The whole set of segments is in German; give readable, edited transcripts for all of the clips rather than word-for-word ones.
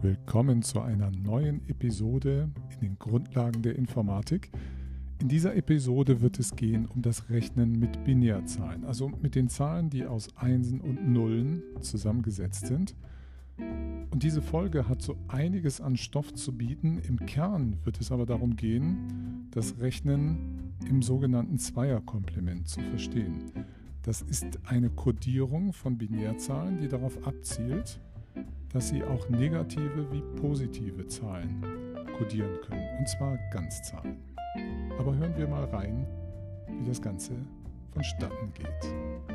willkommen zu einer neuen Episode in den Grundlagen der Informatik. In dieser Episode wird es gehen um das Rechnen mit Binärzahlen, also mit den Zahlen, die aus Einsen und Nullen zusammengesetzt sind. Und diese Folge hat so einiges an Stoff zu bieten. Im Kern wird es aber darum gehen, das Rechnen im sogenannten Zweierkomplement zu verstehen. Das ist eine Kodierung von Binärzahlen, die darauf abzielt, dass sie auch negative wie positive Zahlen kodieren können, und zwar Ganzzahlen. Aber hören wir mal rein, wie das Ganze vonstatten geht.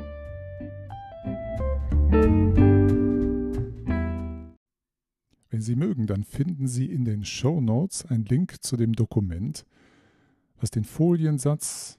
Wenn Sie mögen, dann finden Sie in den Shownotes einen Link zu dem Dokument, was den Foliensatz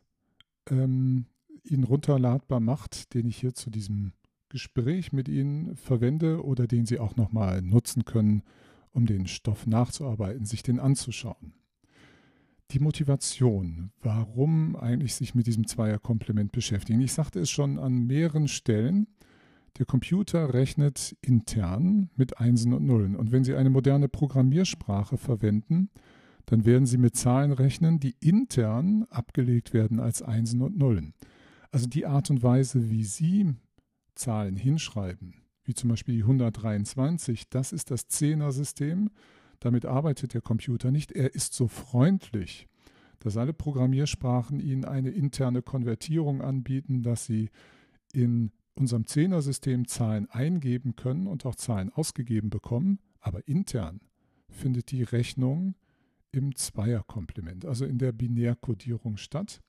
Ihnen runterladbar macht, den ich hier zu diesem Gespräch mit Ihnen verwende oder den Sie auch nochmal nutzen können, um den Stoff nachzuarbeiten, sich den anzuschauen. Die Motivation, warum eigentlich sich mit diesem Zweierkomplement beschäftigen. Ich sagte es schon an mehreren Stellen, der Computer rechnet intern mit Einsen und Nullen. Und wenn Sie eine moderne Programmiersprache verwenden, dann werden Sie mit Zahlen rechnen, die intern abgelegt werden als Einsen und Nullen. Also die Art und Weise, wie Sie Zahlen hinschreiben, wie zum Beispiel die 123, das ist das Zehner-System. Damit arbeitet der Computer nicht. Er ist so freundlich, dass alle Programmiersprachen Ihnen eine interne Konvertierung anbieten, dass Sie in unserem Zehner-System Zahlen eingeben können und auch Zahlen ausgegeben bekommen. Aber intern findet die Rechnung im Zweierkomplement, also in der Binärkodierung statt.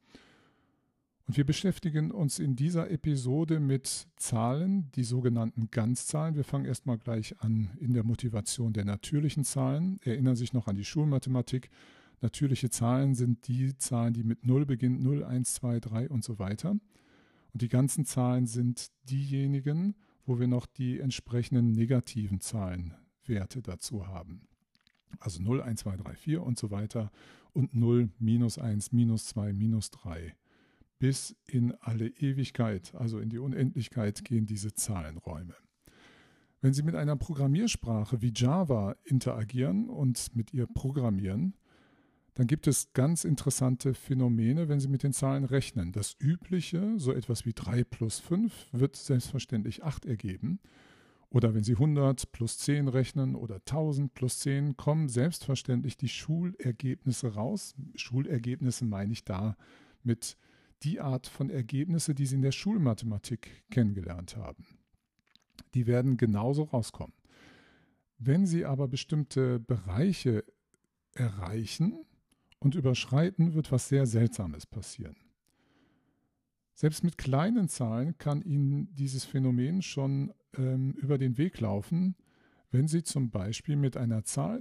Und wir beschäftigen uns in dieser Episode mit Zahlen, die sogenannten Ganzzahlen. Wir fangen erstmal gleich an in der Motivation der natürlichen Zahlen. Erinnern sich noch an die Schulmathematik. Natürliche Zahlen sind die Zahlen, die mit 0 beginnen, 0, 1, 2, 3 und so weiter. Und die ganzen Zahlen sind diejenigen, wo wir noch die entsprechenden negativen Zahlenwerte dazu haben. Also 0, 1, 2, 3, 4 und so weiter und 0, minus 1, minus 2, minus 3. Bis in alle Ewigkeit, also in die Unendlichkeit, gehen diese Zahlenräume. Wenn Sie mit einer Programmiersprache wie Java interagieren und mit ihr programmieren, dann gibt es ganz interessante Phänomene, wenn Sie mit den Zahlen rechnen. Das Übliche, so etwas wie 3 plus 5, wird selbstverständlich 8 ergeben. Oder wenn Sie 100 plus 10 rechnen oder 1000 plus 10, kommen selbstverständlich die Schulergebnisse raus. Schulergebnisse meine ich da mit die Art von Ergebnisse, die Sie in der Schulmathematik kennengelernt haben. Die werden genauso rauskommen. Wenn Sie aber bestimmte Bereiche erreichen und überschreiten, wird was sehr Seltsames passieren. Selbst mit kleinen Zahlen kann Ihnen dieses Phänomen schon über den Weg laufen, wenn Sie zum Beispiel mit einer Zahl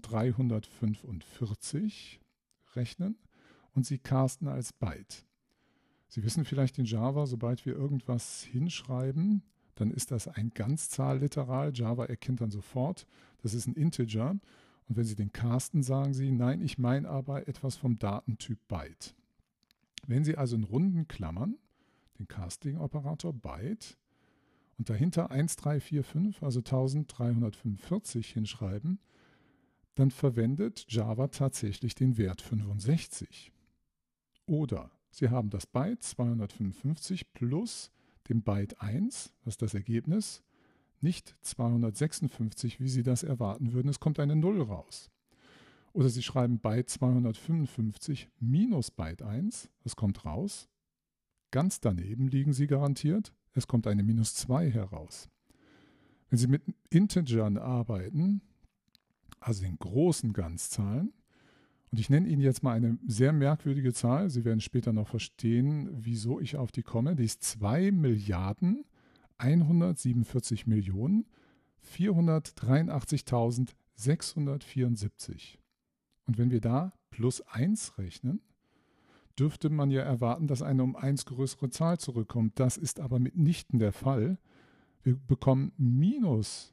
1345 rechnen und Sie casten als Byte. Sie wissen vielleicht in Java, sobald wir irgendwas hinschreiben, dann ist das ein Ganzzahlliteral. Java erkennt dann sofort, das ist ein Integer. Und wenn Sie den casten, sagen Sie, nein, ich meine aber etwas vom Datentyp Byte. Wenn Sie also in runden Klammern den Casting-Operator Byte und dahinter 1345, also 1345 hinschreiben, dann verwendet Java tatsächlich den Wert 65. Oder Sie haben das Byte 255 plus dem Byte 1, das ist das Ergebnis, nicht 256, wie Sie das erwarten würden, es kommt eine 0 raus. Oder Sie schreiben Byte 255 minus Byte 1, das kommt raus. Ganz daneben liegen Sie garantiert, es kommt eine minus 2 heraus. Wenn Sie mit Integern arbeiten, also den großen Ganzzahlen, und ich nenne Ihnen jetzt mal eine sehr merkwürdige Zahl. Sie werden später noch verstehen, wieso ich auf die komme. Die ist 2.147.483.674. Und wenn wir da plus 1 rechnen, dürfte man ja erwarten, dass eine um 1 größere Zahl zurückkommt. Das ist aber mitnichten der Fall. Wir bekommen minus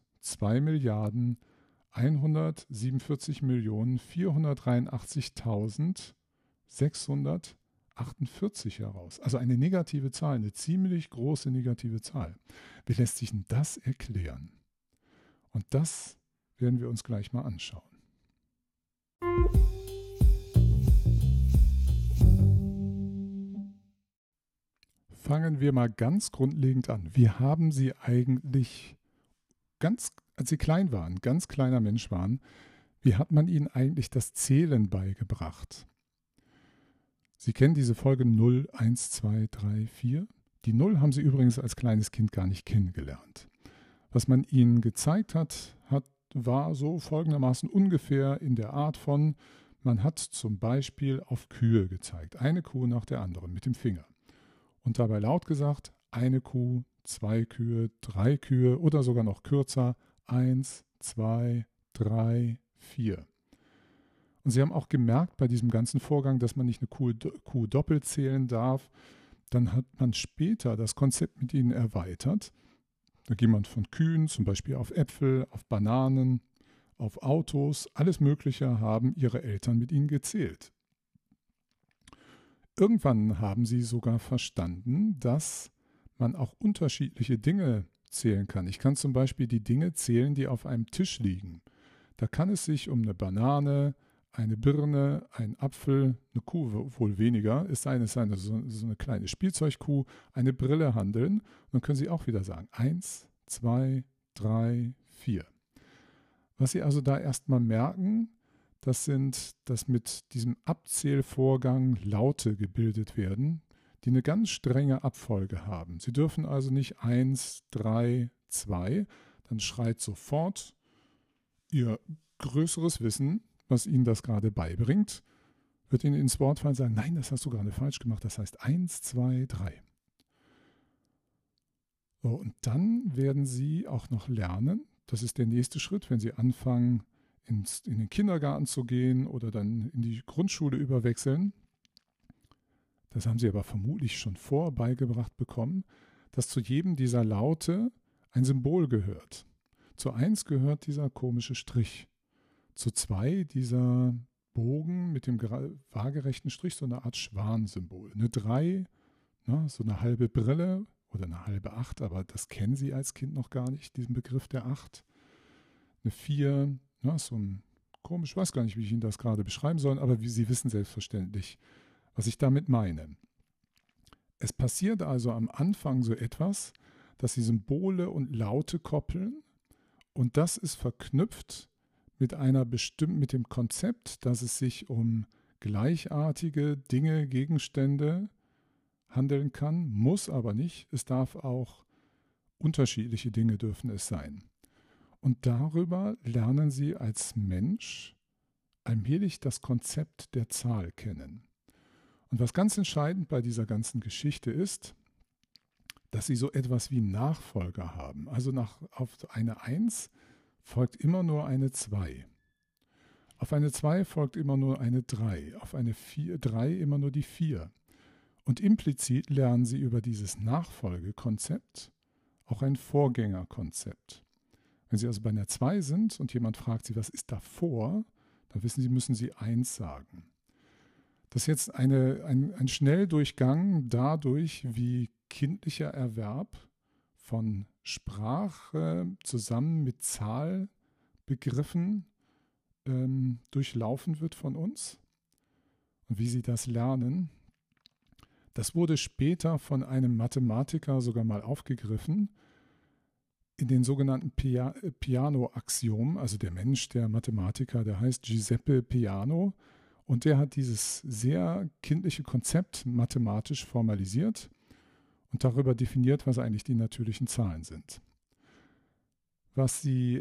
2.147.483.648 heraus. Also eine negative Zahl, eine ziemlich große negative Zahl. Wie lässt sich denn das erklären? Und das werden wir uns gleich mal anschauen. Fangen wir mal ganz grundlegend an. Wie haben Sie eigentlich als Sie klein waren, ganz kleiner Mensch waren, wie hat man Ihnen eigentlich das Zählen beigebracht? Sie kennen diese Folge 0, 1, 2, 3, 4. Die 0 haben Sie übrigens als kleines Kind gar nicht kennengelernt. Was man Ihnen gezeigt hat, war so folgendermaßen ungefähr in der Art von, man hat zum Beispiel auf Kühe gezeigt, eine Kuh nach der anderen mit dem Finger. Und dabei laut gesagt, eine Kuh, 2 Kühe, 3 Kühe oder sogar noch kürzer, 1, 2, 3, 4. Und Sie haben auch gemerkt bei diesem ganzen Vorgang, dass man nicht eine Kuh doppelt zählen darf. Dann hat man später das Konzept mit Ihnen erweitert. Da geht man von Kühen zum Beispiel auf Äpfel, auf Bananen, auf Autos, alles Mögliche haben Ihre Eltern mit Ihnen gezählt. Irgendwann haben sie sogar verstanden, dass man auch unterschiedliche Dinge zählen kann. Ich kann zum Beispiel die Dinge zählen, die auf einem Tisch liegen. Da kann es sich um eine Banane, eine Birne, einen Apfel, eine Kuh wohl weniger, es sei denn, so eine kleine Spielzeugkuh, eine Brille handeln. Und dann können Sie auch wieder sagen, 1, 2, 3, 4. Was Sie also da erstmal merken, dass mit diesem Abzählvorgang Laute gebildet werden, die eine ganz strenge Abfolge haben. Sie dürfen also nicht 1, 3, 2, dann schreit sofort Ihr größeres Wissen, was Ihnen das gerade beibringt, wird Ihnen ins Wort fallen und sagen, nein, das hast du gerade falsch gemacht, das heißt 1, 2, 3. So, und dann werden Sie auch noch lernen, das ist der nächste Schritt, wenn Sie anfangen, in den Kindergarten zu gehen oder dann in die Grundschule überwechseln. Das haben Sie aber vermutlich schon beigebracht bekommen, dass zu jedem dieser Laute ein Symbol gehört. Zu 1 gehört dieser komische Strich. Zu 2 dieser Bogen mit dem waagerechten Strich, so eine Art Schwansymbol. Eine 3, so eine halbe Brille oder eine halbe 8, aber das kennen Sie als Kind noch gar nicht, diesen Begriff der 8. Eine 4, so ein komisch, ich weiß gar nicht, wie ich Ihnen das gerade beschreiben soll, aber Sie wissen selbstverständlich, was ich damit meine. Es passiert also am Anfang so etwas, dass Sie Symbole und Laute koppeln und das ist verknüpft mit dem Konzept, dass es sich um gleichartige Dinge, Gegenstände handeln kann, muss aber nicht. Es darf auch unterschiedliche Dinge dürfen es sein. Und darüber lernen Sie als Mensch allmählich das Konzept der Zahl kennen. Und was ganz entscheidend bei dieser ganzen Geschichte ist, dass Sie so etwas wie Nachfolger haben. Also auf eine 1 folgt immer nur eine 2. Auf eine 2 folgt immer nur eine 3. Auf eine 3 immer nur die 4. Und implizit lernen Sie über dieses Nachfolgekonzept auch ein Vorgängerkonzept. Wenn Sie also bei einer 2 sind und jemand fragt Sie, was ist davor, dann wissen Sie, müssen Sie 1 sagen. Das ist jetzt ein Schnelldurchgang dadurch, wie kindlicher Erwerb von Sprache zusammen mit Zahlbegriffen durchlaufen wird von uns und wie Sie das lernen. Das wurde später von einem Mathematiker sogar mal aufgegriffen in den sogenannten Peano-Axiom, also der Mensch, der Mathematiker, der heißt Giuseppe Peano und der hat dieses sehr kindliche Konzept mathematisch formalisiert und darüber definiert, was eigentlich die natürlichen Zahlen sind. Was Sie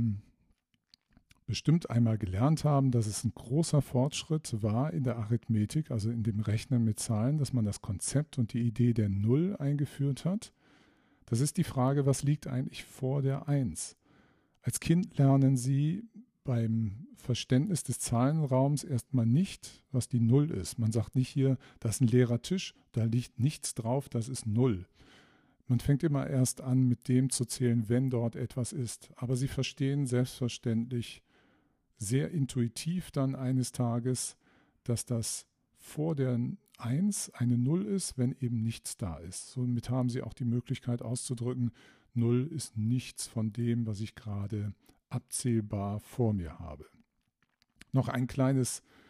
bestimmt einmal gelernt haben, dass es ein großer Fortschritt war in der Arithmetik, also in dem Rechnen mit Zahlen, dass man das Konzept und die Idee der Null eingeführt hat. Das ist die Frage, was liegt eigentlich vor der 1? Als Kind lernen Sie beim Verständnis des Zahlenraums erstmal nicht, was die Null ist. Man sagt nicht hier, das ist ein leerer Tisch, da liegt nichts drauf, das ist 0. Man fängt immer erst an, mit dem zu zählen, wenn dort etwas ist. Aber Sie verstehen selbstverständlich sehr intuitiv dann eines Tages, dass das vor der 1 eine 0 ist, wenn eben nichts da ist. Somit haben Sie auch die Möglichkeit auszudrücken, 0 ist nichts von dem, was ich gerade abzählbar vor mir habe. Noch ein kleine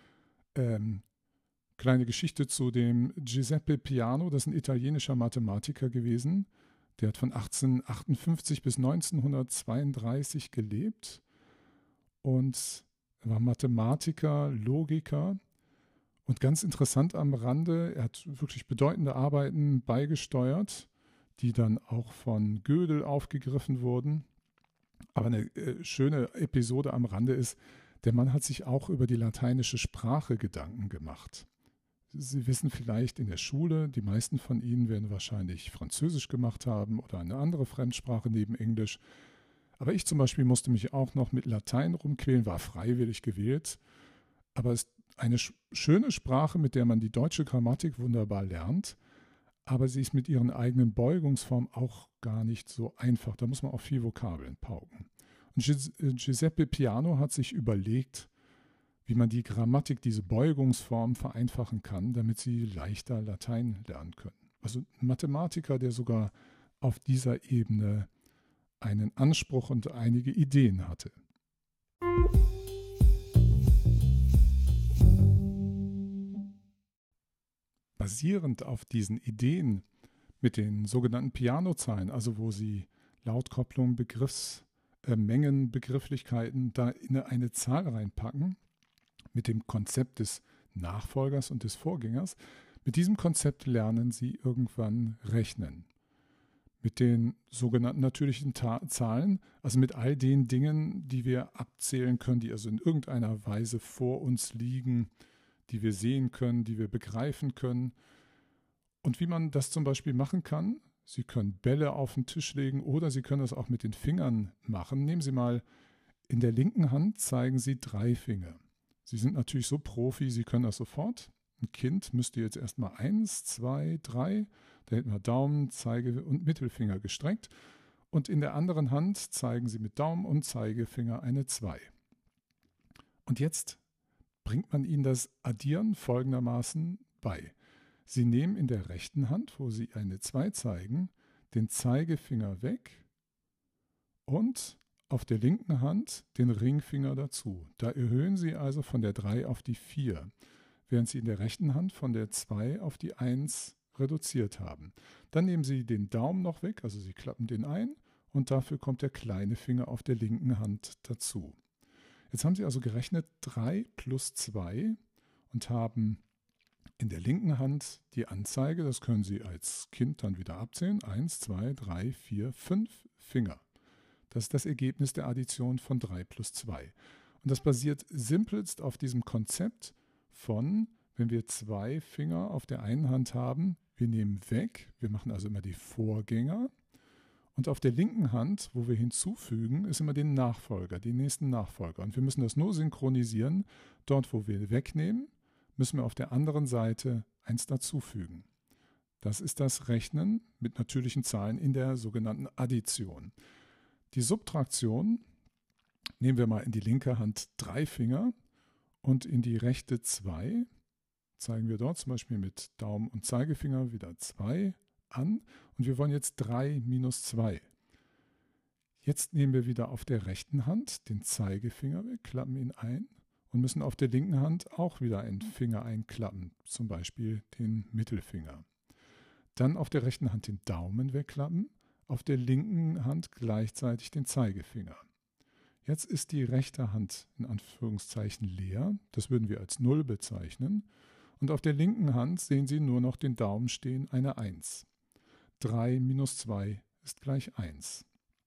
Geschichte zu dem Giuseppe Peano, das ist ein italienischer Mathematiker gewesen. Der hat von 1858 bis 1932 gelebt und war Mathematiker, Logiker und ganz interessant am Rande, er hat wirklich bedeutende Arbeiten beigesteuert, die dann auch von Gödel aufgegriffen wurden. Aber eine schöne Episode am Rande ist, der Mann hat sich auch über die lateinische Sprache Gedanken gemacht. Sie wissen vielleicht in der Schule, die meisten von Ihnen werden wahrscheinlich Französisch gemacht haben oder eine andere Fremdsprache neben Englisch. Aber ich zum Beispiel musste mich auch noch mit Latein rumquälen, war freiwillig gewählt. Aber es ist eine schöne Sprache, mit der man die deutsche Grammatik wunderbar lernt. Aber sie ist mit ihren eigenen Beugungsformen auch gar nicht so einfach. Da muss man auch viel Vokabeln pauken. Und Giuseppe Peano hat sich überlegt, wie man die Grammatik, diese Beugungsform vereinfachen kann, damit sie leichter Latein lernen können. Also ein Mathematiker, der sogar auf dieser Ebene einen Anspruch und einige Ideen hatte. Basierend auf diesen Ideen mit den sogenannten Piano-Zahlen, also wo sie Lautkopplung, Mengen, Begrifflichkeiten da in eine Zahl reinpacken, mit dem Konzept des Nachfolgers und des Vorgängers. Mit diesem Konzept lernen Sie irgendwann rechnen. Mit den sogenannten natürlichen Zahlen, also mit all den Dingen, die wir abzählen können, die also in irgendeiner Weise vor uns liegen, die wir sehen können, die wir begreifen können. Und wie man das zum Beispiel machen kann, Sie können Bälle auf den Tisch legen oder Sie können das auch mit den Fingern machen. Nehmen Sie mal, in der linken Hand zeigen Sie 3 Finger. Sie sind natürlich so Profi, Sie können das sofort. Ein Kind müsste jetzt erstmal 1, 2, 3, da hätten wir Daumen, Zeige und Mittelfinger gestreckt. Und in der anderen Hand zeigen Sie mit Daumen und Zeigefinger eine 2. Und jetzt bringt man Ihnen das Addieren folgendermaßen bei. Sie nehmen in der rechten Hand, wo Sie eine 2 zeigen, den Zeigefinger weg und auf der linken Hand den Ringfinger dazu. Da erhöhen Sie also von der 3 auf die 4, während Sie in der rechten Hand von der 2 auf die 1 reduziert haben. Dann nehmen Sie den Daumen noch weg, also Sie klappen den ein und dafür kommt der kleine Finger auf der linken Hand dazu. Jetzt haben Sie also gerechnet 3 plus 2 und haben in der linken Hand die Anzeige, das können Sie als Kind dann wieder abzählen, 1, 2, 3, 4, 5 Finger. Das ist das Ergebnis der Addition von 3 plus 2. Und das basiert simpelst auf diesem Konzept von, wenn wir 2 Finger auf der einen Hand haben, wir nehmen weg, wir machen also immer die Vorgänger. Und auf der linken Hand, wo wir hinzufügen, ist immer den Nachfolger, den nächsten Nachfolger. Und wir müssen das nur synchronisieren. Dort, wo wir wegnehmen, müssen wir auf der anderen Seite eins dazufügen. Das ist das Rechnen mit natürlichen Zahlen in der sogenannten Addition. Die Subtraktion nehmen wir mal in die linke Hand 3 Finger und in die rechte 2. Zeigen wir dort zum Beispiel mit Daumen und Zeigefinger wieder 2 an. Und wir wollen jetzt 3 minus 2. Jetzt nehmen wir wieder auf der rechten Hand den Zeigefinger weg, klappen ihn ein und müssen auf der linken Hand auch wieder einen Finger einklappen, zum Beispiel den Mittelfinger. Dann auf der rechten Hand den Daumen wegklappen, auf der linken Hand gleichzeitig den Zeigefinger. Jetzt ist die rechte Hand in Anführungszeichen leer, das würden wir als 0 bezeichnen. Und auf der linken Hand sehen Sie nur noch den Daumen stehen, eine 1. 3 minus 2 ist gleich 1.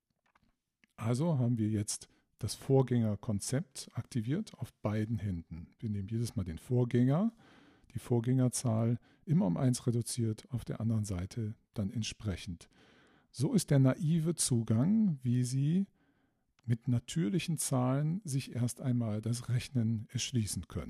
Also haben wir jetzt das Vorgängerkonzept aktiviert auf beiden Händen. Wir nehmen jedes Mal den Vorgänger, die Vorgängerzahl immer um 1 reduziert, auf der anderen Seite dann entsprechend. So ist der naive Zugang, wie Sie mit natürlichen Zahlen sich erst einmal das Rechnen erschließen können.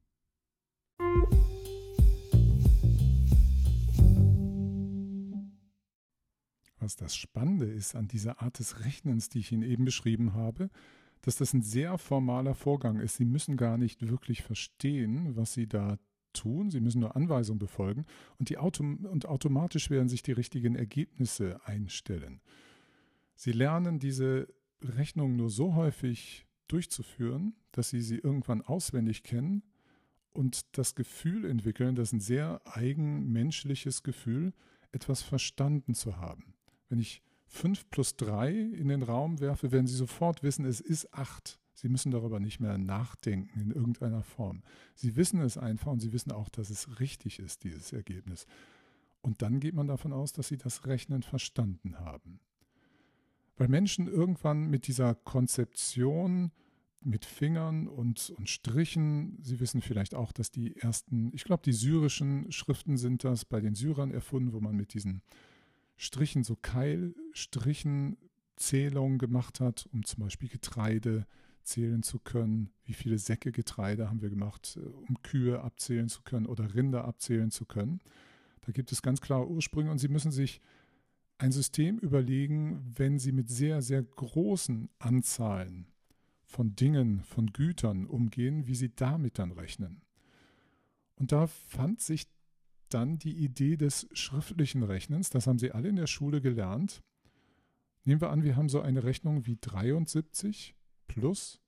Was das Spannende ist an dieser Art des Rechnens, die ich Ihnen eben beschrieben habe, dass das ein sehr formaler Vorgang ist. Sie müssen gar nicht wirklich verstehen, was Sie da tun. Sie müssen nur Anweisungen befolgen und automatisch werden sich die richtigen Ergebnisse einstellen. Sie lernen diese Rechnungen nur so häufig durchzuführen, dass sie irgendwann auswendig kennen und das Gefühl entwickeln, das ist ein sehr eigenmenschliches Gefühl, etwas verstanden zu haben. Wenn ich 5 plus 3 in den Raum werfe, werden Sie sofort wissen, es ist 8. Sie müssen darüber nicht mehr nachdenken in irgendeiner Form. Sie wissen es einfach und Sie wissen auch, dass es richtig ist, dieses Ergebnis. Und dann geht man davon aus, dass Sie das Rechnen verstanden haben. Weil Menschen irgendwann mit dieser Konzeption, mit Fingern und Strichen, Sie wissen vielleicht auch, dass die ersten, ich glaube, die syrischen Schriften sind das, bei den Syrern erfunden, wo man mit diesen Strichen, so Keilstrichen Zählungen gemacht hat, um zum Beispiel Getreide zählen zu können. Wie viele Säcke Getreide haben wir gemacht, um Kühe abzählen zu können oder Rinder abzählen zu können. Da gibt es ganz klare Ursprünge und Sie müssen sich ein System überlegen, wenn Sie mit sehr, sehr großen Anzahlen von Dingen, von Gütern umgehen, wie Sie damit dann rechnen. Und da fand sich dann die Idee des schriftlichen Rechnens. Das haben Sie alle in der Schule gelernt. Nehmen wir an, wir haben so eine Rechnung wie 73 plus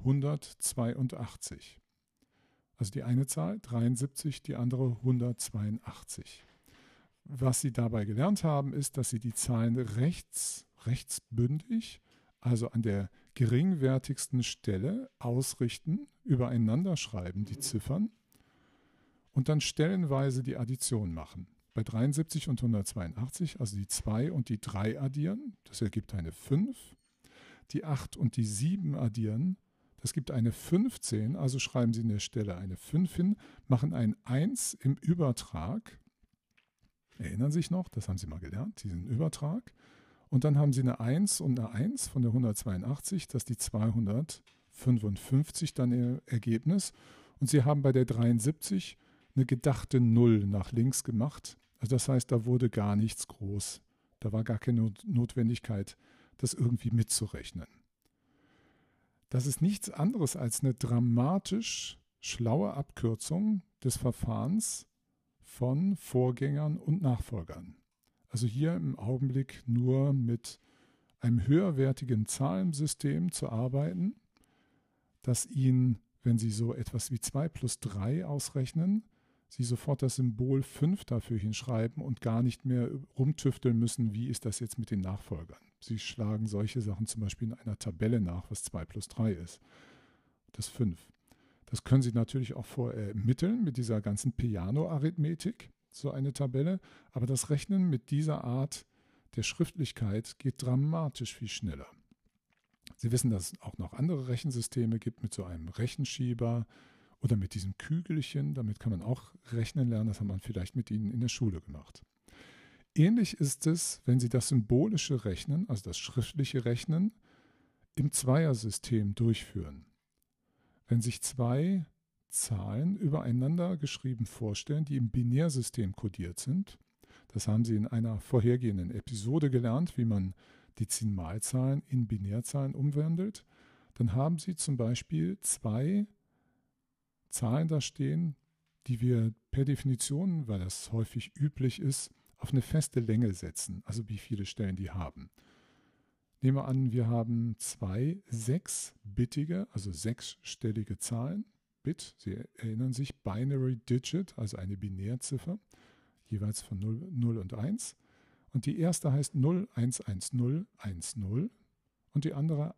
182. Also die eine Zahl 73, die andere 182. Was Sie dabei gelernt haben, ist, dass Sie die Zahlen rechtsbündig, also an der geringwertigsten Stelle ausrichten, übereinander schreiben, die Ziffern, und dann stellenweise die Addition machen. Bei 73 und 182, also die 2 und die 3 addieren, das ergibt eine 5. Die 8 und die 7 addieren, das gibt eine 15, also schreiben Sie in der Stelle eine 5 hin, machen ein 1 im Übertrag. Erinnern Sie sich noch, das haben Sie mal gelernt, diesen Übertrag. Und dann haben Sie eine 1 und eine 1 von der 182, das ist die 255 dann Ihr Ergebnis. Und Sie haben bei der 73 eine gedachte 0 nach links gemacht. Also das heißt, da wurde gar nichts groß. Da war gar keine Notwendigkeit, das irgendwie mitzurechnen. Das ist nichts anderes als eine dramatisch schlaue Abkürzung des Verfahrens von Vorgängern und Nachfolgern. Also hier im Augenblick nur mit einem höherwertigen Zahlensystem zu arbeiten, das Ihnen, wenn Sie so etwas wie 2 plus 3 ausrechnen, Sie sofort das Symbol 5 dafür hinschreiben und gar nicht mehr rumtüfteln müssen, wie ist das jetzt mit den Nachfolgern. Sie schlagen solche Sachen zum Beispiel in einer Tabelle nach, was 2 plus 3 ist. Das 5. Das können Sie natürlich auch vorher ermitteln mit dieser ganzen Piano-Arithmetik, so eine Tabelle. Aber das Rechnen mit dieser Art der Schriftlichkeit geht dramatisch viel schneller. Sie wissen, dass es auch noch andere Rechensysteme gibt mit so einem Rechenschieber oder mit diesem Kügelchen. Damit kann man auch rechnen lernen. Das hat man vielleicht mit Ihnen in der Schule gemacht. Ähnlich ist es, wenn Sie das symbolische Rechnen, also das schriftliche Rechnen, im Zweiersystem durchführen. Wenn sich zwei Zahlen übereinander geschrieben vorstellen, die im Binärsystem kodiert sind, das haben Sie in einer vorhergehenden Episode gelernt, wie man Dezimalzahlen in Binärzahlen umwandelt, dann haben Sie zum Beispiel zwei Zahlen da stehen, die wir per Definition, weil das häufig üblich ist, auf eine feste Länge setzen, also wie viele Stellen die haben. Nehmen wir an, wir haben zwei 6-bittige, also 6-stellige Zahlen. Bit, Sie erinnern sich, Binary Digit, also eine Binärziffer, jeweils von 0 und 1. Und die erste heißt 011010 und die andere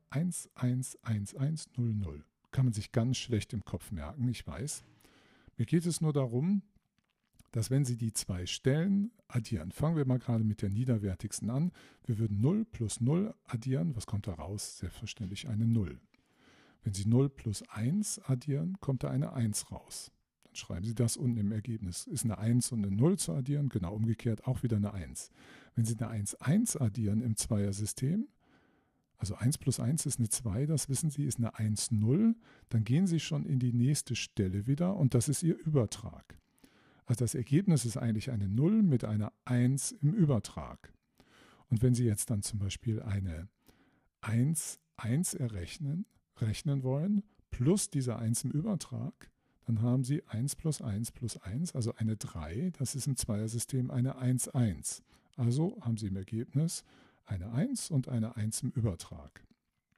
111100. Kann man sich ganz schlecht im Kopf merken, ich weiß. Mir geht es nur darum, dass wenn Sie die zwei Stellen addieren, fangen wir mal gerade mit der niederwertigsten an, wir würden 0 plus 0 addieren, was kommt da raus? Selbstverständlich eine 0. Wenn Sie 0 plus 1 addieren, kommt da eine 1 raus. Dann schreiben Sie das unten im Ergebnis. Ist eine 1 und eine 0 zu addieren? Genau umgekehrt auch wieder eine 1. Wenn Sie eine 1, 1 addieren im Zweiersystem, also 1 plus 1 ist eine 2, das wissen Sie, ist eine 1, 0, dann gehen Sie schon in die nächste Stelle wieder und das ist Ihr Übertrag. Also das Ergebnis ist eigentlich eine 0 mit einer 1 im Übertrag. Und wenn Sie jetzt dann zum Beispiel eine 1, 1 rechnen wollen, plus diese 1 im Übertrag, dann haben Sie 1 plus 1 plus 1, also eine 3, das ist im Zweiersystem eine 1, 1. Also haben Sie im Ergebnis eine 1 und eine 1 im Übertrag.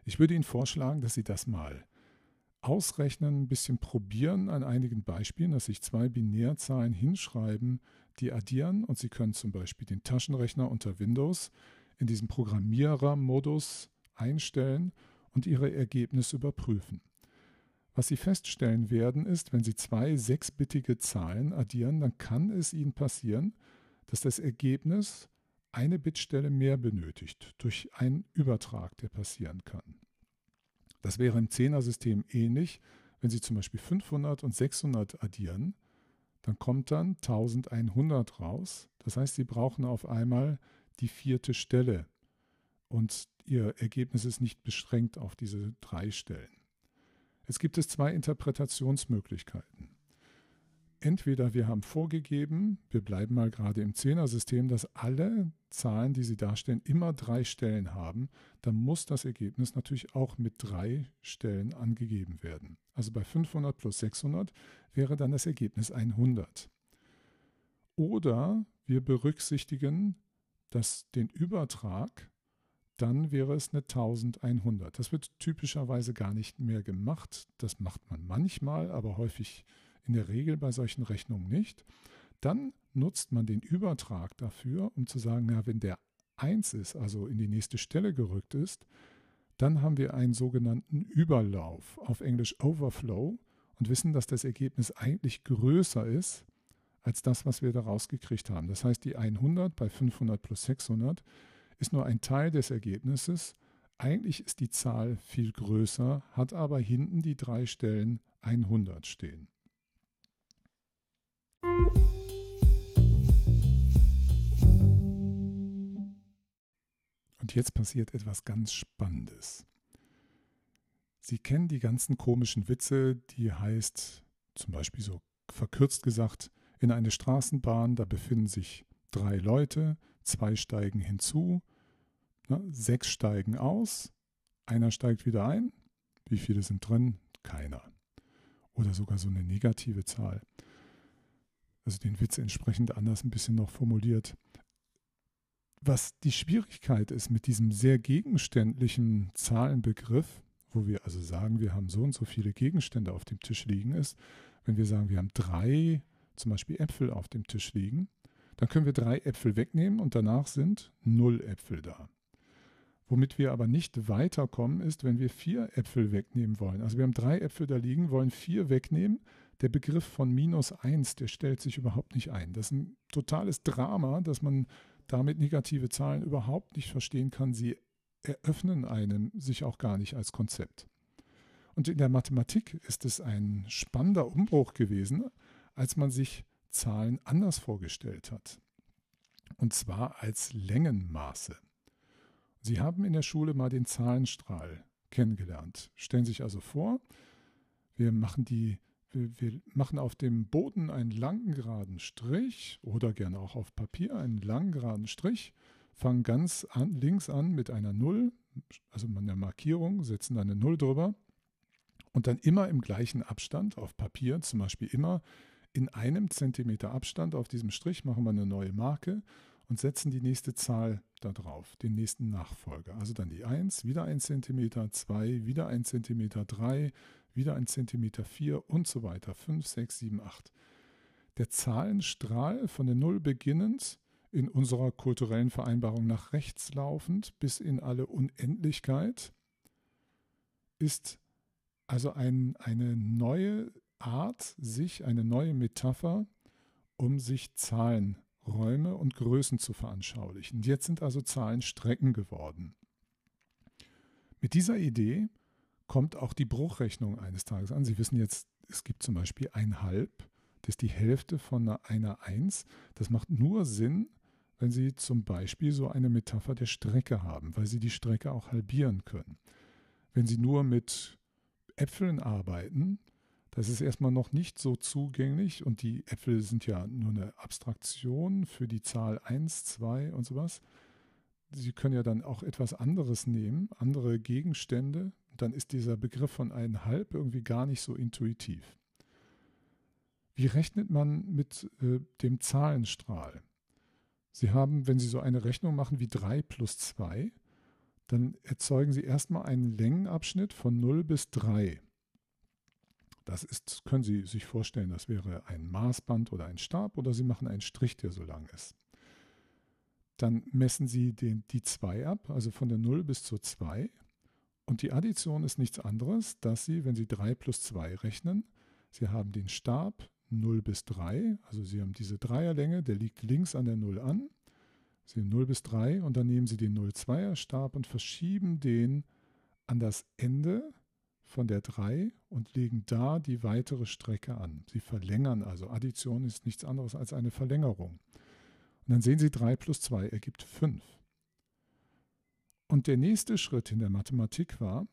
Ich würde Ihnen vorschlagen, dass Sie das mal ausrechnen, ein bisschen probieren an einigen Beispielen, dass sich zwei Binärzahlen hinschreiben, die addieren, und Sie können zum Beispiel den Taschenrechner unter Windows in diesem Programmierermodus einstellen und Ihre Ergebnisse überprüfen. Was Sie feststellen werden, ist, wenn Sie zwei sechsbittige Zahlen addieren, dann kann es Ihnen passieren, dass das Ergebnis eine Bitstelle mehr benötigt durch einen Übertrag, der passieren kann. Das wäre im Zehnersystem ähnlich. Wenn Sie zum Beispiel 500 und 600 addieren, dann kommt dann 1100 raus. Das heißt, Sie brauchen auf einmal die vierte Stelle und Ihr Ergebnis ist nicht beschränkt auf diese 3 Stellen. Jetzt gibt es 2 Interpretationsmöglichkeiten. Entweder wir haben vorgegeben, wir bleiben mal gerade im Zehnersystem, dass alle Zahlen, die Sie darstellen, immer 3 Stellen haben. Dann muss das Ergebnis natürlich auch mit 3 Stellen angegeben werden. Also bei 500 plus 600 wäre dann das Ergebnis 100. Oder wir berücksichtigen den Übertrag, dann wäre es eine 1100. Das wird typischerweise gar nicht mehr gemacht. Das macht man manchmal, aber häufig in der Regel bei solchen Rechnungen nicht. Dann nutzt man den Übertrag dafür, um zu sagen, na, wenn der 1 ist, also in die nächste Stelle gerückt ist, dann haben wir einen sogenannten Überlauf, auf Englisch Overflow, und wissen, dass das Ergebnis eigentlich größer ist als das, was wir da rausgekriegt haben. Das heißt, die 100 bei 500 plus 600 ist nur ein Teil des Ergebnisses. Eigentlich ist die Zahl viel größer, hat aber hinten die 3 Stellen 100 stehen. Und jetzt passiert etwas ganz Spannendes. Sie kennen die ganzen komischen Witze, die heißt, zum Beispiel so verkürzt gesagt, in eine Straßenbahn, da befinden sich 3 Leute, 2 steigen hinzu, 6 steigen aus, einer steigt wieder ein. Wie viele sind drin? Keiner. Oder sogar so eine negative Zahl. Also den Witz entsprechend anders ein bisschen noch formuliert. Was die Schwierigkeit ist mit diesem sehr gegenständlichen Zahlenbegriff, wo wir also sagen, wir haben so und so viele Gegenstände auf dem Tisch liegen, ist, wenn wir sagen, wir haben 3 zum Beispiel Äpfel auf dem Tisch liegen, dann können wir 3 Äpfel wegnehmen und danach sind 0 Äpfel da. Womit wir aber nicht weiterkommen, ist, wenn wir 4 Äpfel wegnehmen wollen. Also wir haben 3 Äpfel da liegen, wollen 4 wegnehmen. Der Begriff von -1, der stellt sich überhaupt nicht ein. Das ist ein totales Drama, dass man damit negative Zahlen überhaupt nicht verstehen kann. Sie eröffnen einem sich auch gar nicht als Konzept. Und in der Mathematik ist es ein spannender Umbruch gewesen, als man sich Zahlen anders vorgestellt hat. Und zwar als Längenmaße. Sie haben in der Schule mal den Zahlenstrahl kennengelernt. Stellen Sie sich also vor, wir machen auf dem Boden einen langen geraden Strich oder gerne auch auf Papier einen langen geraden Strich, fangen ganz links an mit einer 0, also mit einer Markierung, setzen eine 0 drüber und dann immer im gleichen Abstand auf Papier, zum Beispiel immer in einem Zentimeter Abstand auf diesem Strich machen wir eine neue Marke und setzen die nächste Zahl da drauf, den nächsten Nachfolger. Also dann die 1, wieder 1 cm, 2, wieder 1 cm, 3, wieder 1 cm, 4 und so weiter, 5, 6, 7, 8. Der Zahlenstrahl von der 0 beginnend, in unserer kulturellen Vereinbarung nach rechts laufend bis in alle Unendlichkeit, ist also eine neue Art, eine neue Metapher, um sich Zahlenräume und Größen zu veranschaulichen. Jetzt sind also Zahlen Strecken geworden. Mit dieser Idee kommt auch die Bruchrechnung eines Tages an. Sie wissen jetzt, es gibt zum Beispiel 1/2, das ist die Hälfte von einer 1. Das macht nur Sinn, wenn Sie zum Beispiel so eine Metapher der Strecke haben, weil Sie die Strecke auch halbieren können. Wenn Sie nur mit Äpfeln arbeiten, das ist erstmal noch nicht so zugänglich und die Äpfel sind ja nur eine Abstraktion für die Zahl 1, 2 und sowas. Sie können ja dann auch etwas anderes nehmen, andere Gegenstände. Dann ist dieser Begriff von 1/2 irgendwie gar nicht so intuitiv. Wie rechnet man mit dem Zahlenstrahl? Sie haben, wenn Sie so eine Rechnung machen wie 3 plus 2, dann erzeugen Sie erstmal einen Längenabschnitt von 0 bis 3. Das ist, können Sie sich vorstellen, das wäre ein Maßband oder ein Stab oder Sie machen einen Strich, der so lang ist. Dann messen Sie die 2 ab, also von der 0 bis zur 2. Und die Addition ist nichts anderes, dass Sie, wenn Sie 3 plus 2 rechnen, Sie haben den Stab 0 bis 3, also Sie haben diese Dreierlänge, der liegt links an der 0 an. Sie haben 0 bis 3 und dann nehmen Sie den 0,2er Stab und verschieben den an das Ende von der 3 und legen da die weitere Strecke an. Sie verlängern also. Addition ist nichts anderes als eine Verlängerung. Und dann sehen Sie, 3 plus 2 ergibt 5. Und der nächste Schritt in der Mathematik war,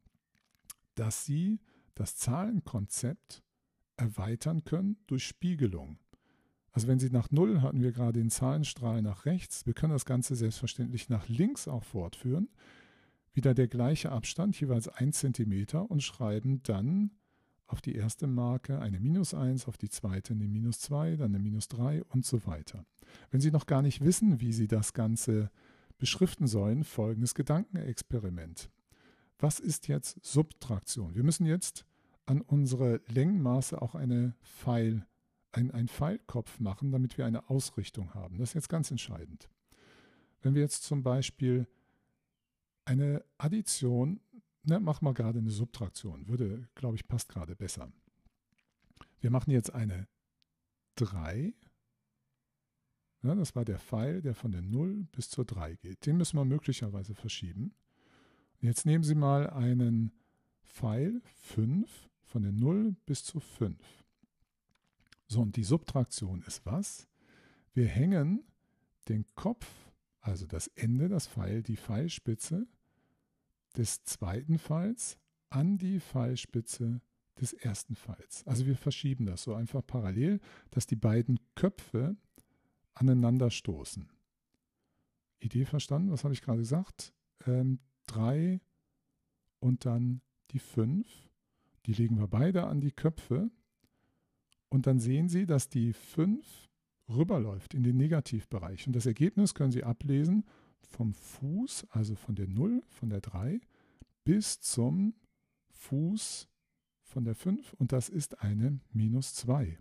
dass Sie das Zahlenkonzept erweitern können durch Spiegelung. Also wenn Sie nach 0 hatten wir gerade den Zahlenstrahl nach rechts, wir können das Ganze selbstverständlich nach links auch fortführen. Wieder der gleiche Abstand, jeweils 1 cm und schreiben dann auf die erste Marke eine -1, auf die zweite eine -2, dann eine -3 und so weiter. Wenn Sie noch gar nicht wissen, wie Sie das Ganze beschriften sollen, folgendes Gedankenexperiment. Was ist jetzt Subtraktion? Wir müssen jetzt an unsere Längenmaße auch einen Pfeilkopf machen, damit wir eine Ausrichtung haben. Das ist jetzt ganz entscheidend. Wenn wir jetzt zum Beispiel eine Addition, machen wir gerade eine Subtraktion, glaube ich, passt gerade besser. Wir machen jetzt eine 3. Ja, das war der Pfeil, der von der 0 bis zur 3 geht. Den müssen wir möglicherweise verschieben. Und jetzt nehmen Sie mal einen Pfeil 5 von der 0 bis zu 5. So, und die Subtraktion ist was? Wir hängen den Kopf, also das Ende, das Pfeil, die Pfeilspitze des zweiten Pfeils an die Pfeilspitze des ersten Pfeils. Also wir verschieben das so einfach parallel, dass die beiden Köpfe aneinander stoßen. Idee verstanden? Was habe ich gerade gesagt? 3 und dann die 5. Die legen wir beide an die Köpfe. Und dann sehen Sie, dass die 5 rüberläuft in den Negativbereich. Und das Ergebnis können Sie ablesen vom Fuß, also von der 0, von der 3, bis zum Fuß von der 5. Und das ist eine -2.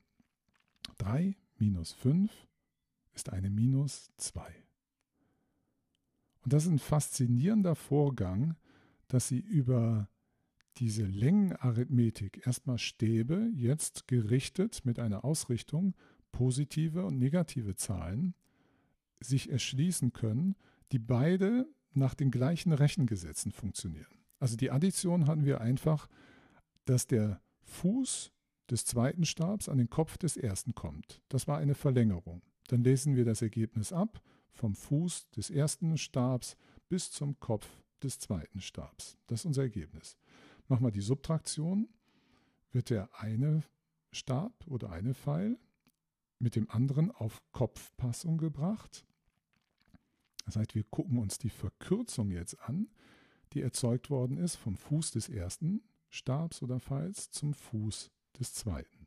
3 minus 5 ist eine -2. Und das ist ein faszinierender Vorgang, dass Sie über diese Längenarithmetik erstmal Stäbe, jetzt gerichtet mit einer Ausrichtung, positive und negative Zahlen, sich erschließen können, die beide nach den gleichen Rechengesetzen funktionieren. Also die Addition hatten wir einfach, dass der Fuß des zweiten Stabs an den Kopf des ersten kommt. Das war eine Verlängerung. Dann lesen wir das Ergebnis ab vom Fuß des ersten Stabs bis zum Kopf des zweiten Stabs. Das ist unser Ergebnis. Machen wir die Subtraktion, wird der eine Stab oder eine Pfeil mit dem anderen auf Kopfpassung gebracht. Das heißt, wir gucken uns die Verkürzung jetzt an, die erzeugt worden ist vom Fuß des ersten Stabs oder Pfeils zum Fuß des zweiten.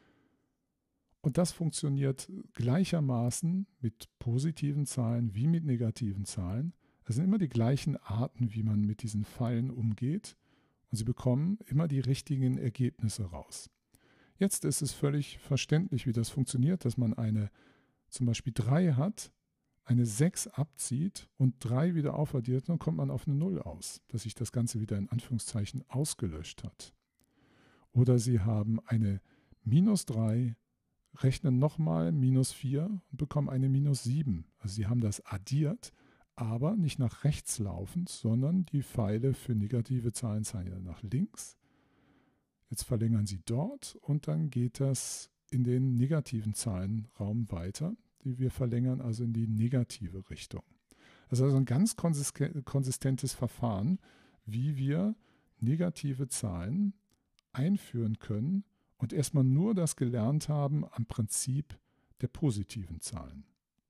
Und das funktioniert gleichermaßen mit positiven Zahlen wie mit negativen Zahlen. Es sind immer die gleichen Arten, wie man mit diesen Pfeilen umgeht. Und Sie bekommen immer die richtigen Ergebnisse raus. Jetzt ist es völlig verständlich, wie das funktioniert, dass man zum Beispiel 3 hat, eine 6 abzieht und 3 wieder aufaddiert, dann kommt man auf eine 0 aus, dass sich das Ganze wieder in Anführungszeichen ausgelöscht hat. Oder Sie haben eine -3, rechnen nochmal -4 und bekommen eine -7. Also Sie haben das addiert, aber nicht nach rechts laufend, sondern die Pfeile für negative Zahlen zeigen ja nach links. Jetzt verlängern Sie dort und dann geht das in den negativen Zahlenraum weiter. Wir verlängern also in die negative Richtung. Das ist also ein ganz konsistentes Verfahren, wie wir negative Zahlen einführen können und erstmal nur das gelernt haben am Prinzip der positiven Zahlen.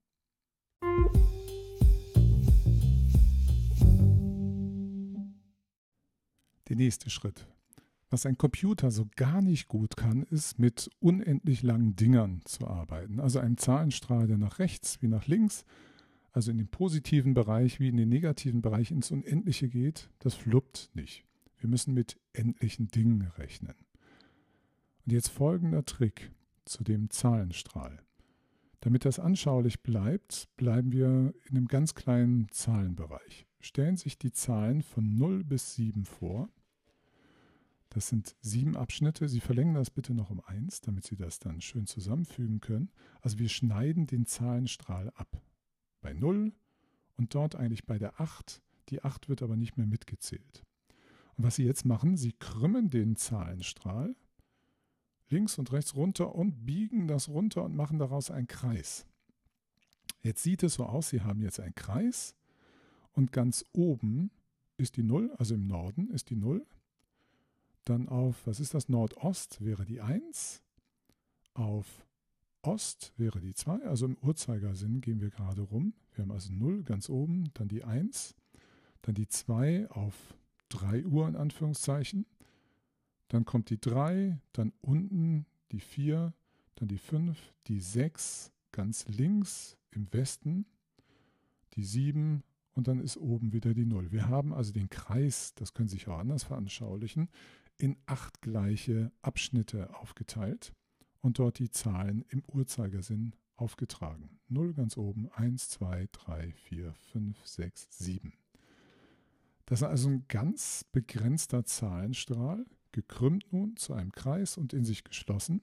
Der nächste Schritt. Was ein Computer so gar nicht gut kann, ist mit unendlich langen Dingern zu arbeiten. Also einem Zahlenstrahl, der nach rechts wie nach links also in den positiven Bereich wie in den negativen Bereich ins Unendliche geht, das fluppt nicht. Wir müssen mit endlichen Dingen rechnen. Und jetzt folgender Trick zu dem Zahlenstrahl. Damit das anschaulich bleibt, bleiben wir in einem ganz kleinen Zahlenbereich. Stellen Sie sich die Zahlen von 0 bis 7 vor. Das sind 7 Abschnitte. Sie verlängern das bitte noch um 1, damit Sie das dann schön zusammenfügen können. Also wir schneiden den Zahlenstrahl ab. Bei 0 und dort eigentlich bei der 8. Die 8 wird aber nicht mehr mitgezählt. Und was Sie jetzt machen, Sie krümmen den Zahlenstrahl links und rechts runter und biegen das runter und machen daraus einen Kreis. Jetzt sieht es so aus, Sie haben jetzt einen Kreis und ganz oben ist die 0, also im Norden ist die 0. Dann auf, was ist das, Nordost wäre die 1, auf Ost wäre die 2, also im Uhrzeigersinn gehen wir gerade rum. Wir haben also 0 ganz oben, dann die 1, dann die 2 auf 3 Uhr in Anführungszeichen. Dann kommt die 3, dann unten die 4, dann die 5, die 6, ganz links im Westen, die 7 und dann ist oben wieder die 0. Wir haben also den Kreis, das können Sie sich auch anders veranschaulichen, in 8 gleiche Abschnitte aufgeteilt und dort die Zahlen im Uhrzeigersinn aufgetragen. 0 ganz oben, 1, 2, 3, 4, 5, 6, 7. Das ist also ein ganz begrenzter Zahlenstrahl, gekrümmt nun zu einem Kreis und in sich geschlossen.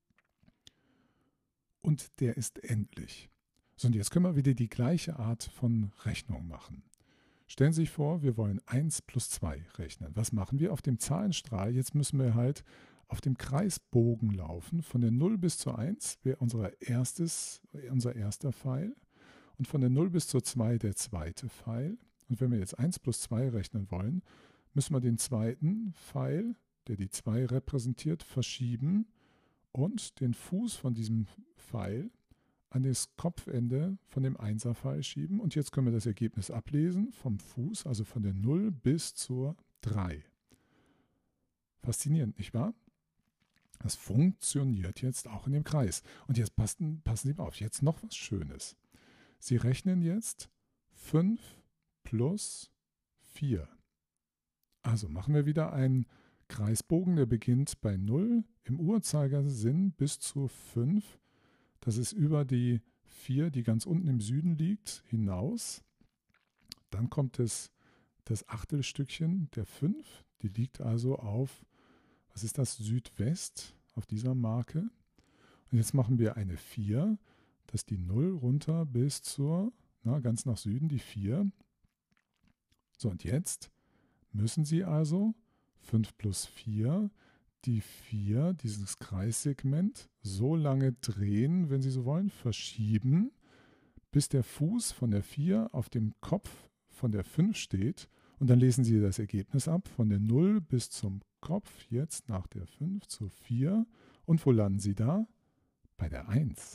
Und der ist endlich. So, und jetzt können wir wieder die gleiche Art von Rechnung machen. Stellen Sie sich vor, wir wollen 1 plus 2 rechnen. Was machen wir auf dem Zahlenstrahl? Jetzt müssen wir halt auf dem Kreisbogen laufen. Von der 0 bis zur 1 wäre unser erster Pfeil. Und von der 0 bis zur 2 der zweite Pfeil. Und wenn wir jetzt 1 plus 2 rechnen wollen, müssen wir den zweiten Pfeil, der die 2 repräsentiert, verschieben und den Fuß von diesem Pfeil an das Kopfende von dem Einserpfeil schieben. Und jetzt können wir das Ergebnis ablesen vom Fuß, also von der 0 bis zur 3. Faszinierend, nicht wahr? Das funktioniert jetzt auch in dem Kreis. Und jetzt passen Sie mal auf, jetzt noch was Schönes. Sie rechnen jetzt 5 plus 4. Also machen wir wieder einen Kreisbogen, der beginnt bei 0 im Uhrzeigersinn bis zu 5. Das ist über die 4, die ganz unten im Süden liegt, hinaus. Dann kommt das Achtelstückchen der 5. Die liegt also auf, was ist das, Südwest, auf dieser Marke. Und jetzt machen wir eine 4, das ist die 0 runter bis zur, ganz nach Süden, die 4. So, und jetzt müssen Sie also 5 plus 4, die 4, dieses Kreissegment, so lange drehen, wenn Sie so wollen, verschieben, bis der Fuß von der 4 auf dem Kopf von der 5 steht. Und dann lesen Sie das Ergebnis ab, von der 0 bis zum Kopf, jetzt nach der 5 zur 4. Und wo landen Sie da? Bei der 1.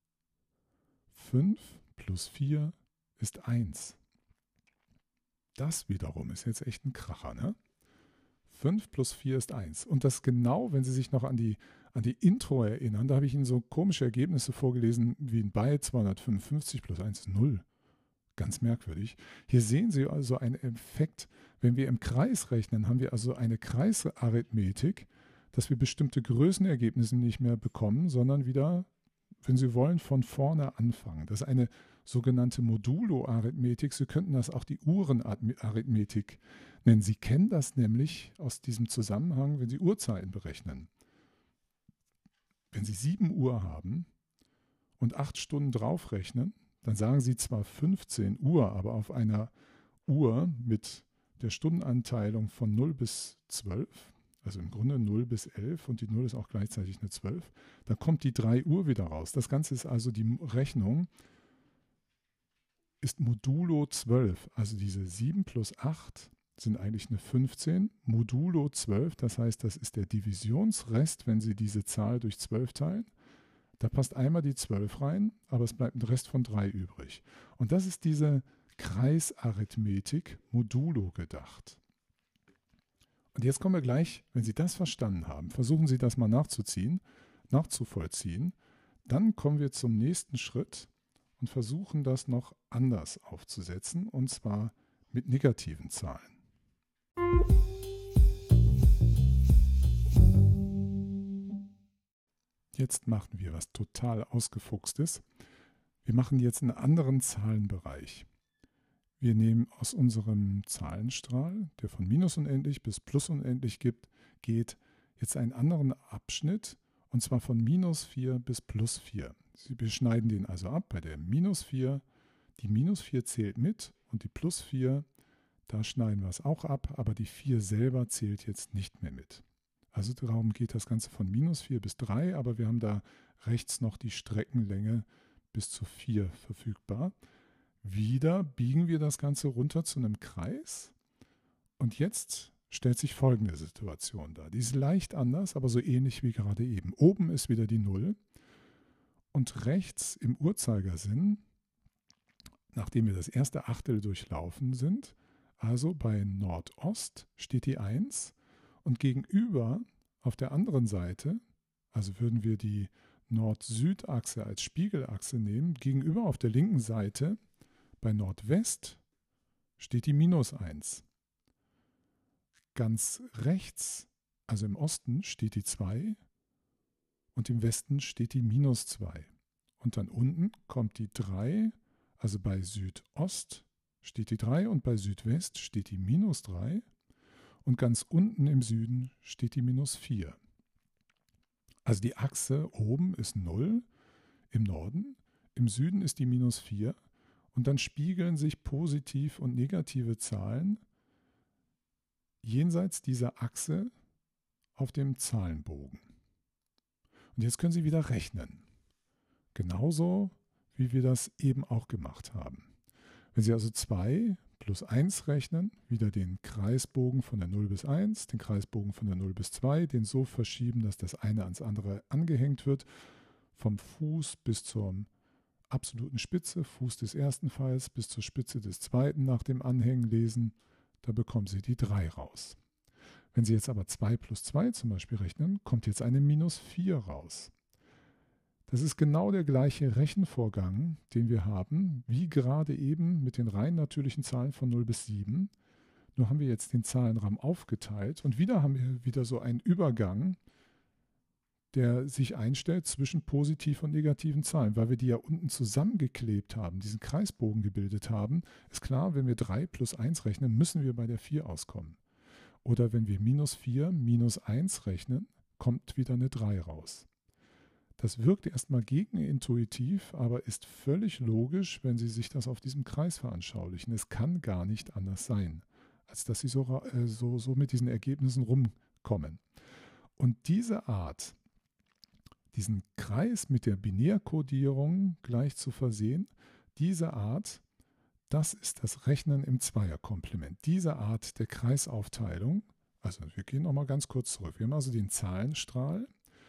5 plus 4 ist 1. Das wiederum ist jetzt echt ein Kracher, ne? 5 plus 4 ist 1. Und das genau, wenn Sie sich noch an die Intro erinnern, da habe ich Ihnen so komische Ergebnisse vorgelesen, wie in Byte 255 plus 1 ist 0. Ganz merkwürdig. Hier sehen Sie also einen Effekt. Wenn wir im Kreis rechnen, haben wir also eine Kreisarithmetik, dass wir bestimmte Größenergebnisse nicht mehr bekommen, sondern wieder, wenn Sie wollen, von vorne anfangen. Das ist eine sogenannte Modulo-Arithmetik. Sie könnten das auch die Uhrenarithmetik nennen. Sie kennen das nämlich aus diesem Zusammenhang, wenn Sie Uhrzeiten berechnen. Wenn Sie 7 Uhr haben und 8 Stunden draufrechnen, dann sagen Sie zwar 15 Uhr, aber auf einer Uhr mit der Stundenanteilung von 0 bis 12, also im Grunde 0 bis 11 und die 0 ist auch gleichzeitig eine 12, dann kommt die 3 Uhr wieder raus. Das Ganze ist also die Rechnung, ist modulo 12, also diese 7 plus 8 sind eigentlich eine 15, modulo 12, das heißt, das ist der Divisionsrest, wenn Sie diese Zahl durch 12 teilen. Da passt einmal die 12 rein, aber es bleibt ein Rest von 3 übrig. Und das ist diese Kreisarithmetik modulo gedacht. Und jetzt kommen wir gleich, wenn Sie das verstanden haben, versuchen Sie das mal nachzuvollziehen. Dann kommen wir zum nächsten Schritt und versuchen das noch anders aufzusetzen, und zwar mit negativen Zahlen. Jetzt machen wir was total Ausgefuchstes. Wir machen jetzt einen anderen Zahlenbereich. Wir nehmen aus unserem Zahlenstrahl, der von minus unendlich bis plus unendlich geht, jetzt einen anderen Abschnitt, und zwar von minus 4 bis plus 4. Wir schneiden den also ab bei der minus 4. Die minus 4 zählt mit und die plus 4, da schneiden wir es auch ab, aber die 4 selber zählt jetzt nicht mehr mit. Also darum geht das Ganze von minus 4 bis 3, aber wir haben da rechts noch die Streckenlänge bis zu 4 verfügbar. Wieder biegen wir das Ganze runter zu einem Kreis, und jetzt stellt sich folgende Situation dar. Die ist leicht anders, aber so ähnlich wie gerade eben. Oben ist wieder die 0 und rechts im Uhrzeigersinn, nachdem wir das erste Achtel durchlaufen sind, also bei Nordost steht die 1, und gegenüber auf der anderen Seite, also würden wir die Nord-Süd-Achse als Spiegelachse nehmen, gegenüber auf der linken Seite bei Nordwest steht die minus 1. Ganz rechts, also im Osten, steht die 2 und im Westen steht die minus 2. Und dann unten kommt die 3, also bei Südost steht die 3 und bei Südwest steht die minus 3 und ganz unten im Süden steht die minus 4. Also die Achse oben ist 0 im Norden, im Süden ist die minus 4 und dann spiegeln sich positiv und negative Zahlen jenseits dieser Achse auf dem Zahlenbogen. Und jetzt können Sie wieder rechnen. Genauso, wie wir das eben auch gemacht haben. Wenn Sie also 2 plus 1 rechnen, wieder den Kreisbogen von der 0 bis 1, den Kreisbogen von der 0 bis 2, den so verschieben, dass das eine ans andere angehängt wird, vom Fuß bis zur absoluten Spitze, Fuß des ersten Pfeils bis zur Spitze des zweiten nach dem Anhängen lesen, da bekommen Sie die 3 raus. Wenn Sie jetzt aber 2 plus 2 zum Beispiel rechnen, kommt jetzt eine minus 4 raus. Das ist genau der gleiche Rechenvorgang, den wir haben, wie gerade eben mit den rein natürlichen Zahlen von 0 bis 7. Nur haben wir jetzt den Zahlenraum aufgeteilt und wieder haben wir wieder so einen Übergang, der sich einstellt zwischen positiv und negativen Zahlen. Weil wir die ja unten zusammengeklebt haben, diesen Kreisbogen gebildet haben, ist klar, wenn wir 3 plus 1 rechnen, müssen wir bei der 4 auskommen. Oder wenn wir minus 4 minus 1 rechnen, kommt wieder eine 3 raus. Das wirkt erstmal gegenintuitiv, aber ist völlig logisch, wenn Sie sich das auf diesem Kreis veranschaulichen. Es kann gar nicht anders sein, als dass Sie so mit diesen Ergebnissen rumkommen. Und diese Art, diesen Kreis mit der Binärkodierung gleich zu versehen, diese Art, das ist das Rechnen im Zweierkomplement. Diese Art der Kreisaufteilung, also wir gehen nochmal ganz kurz zurück. Wir haben also den Zahlenstrahl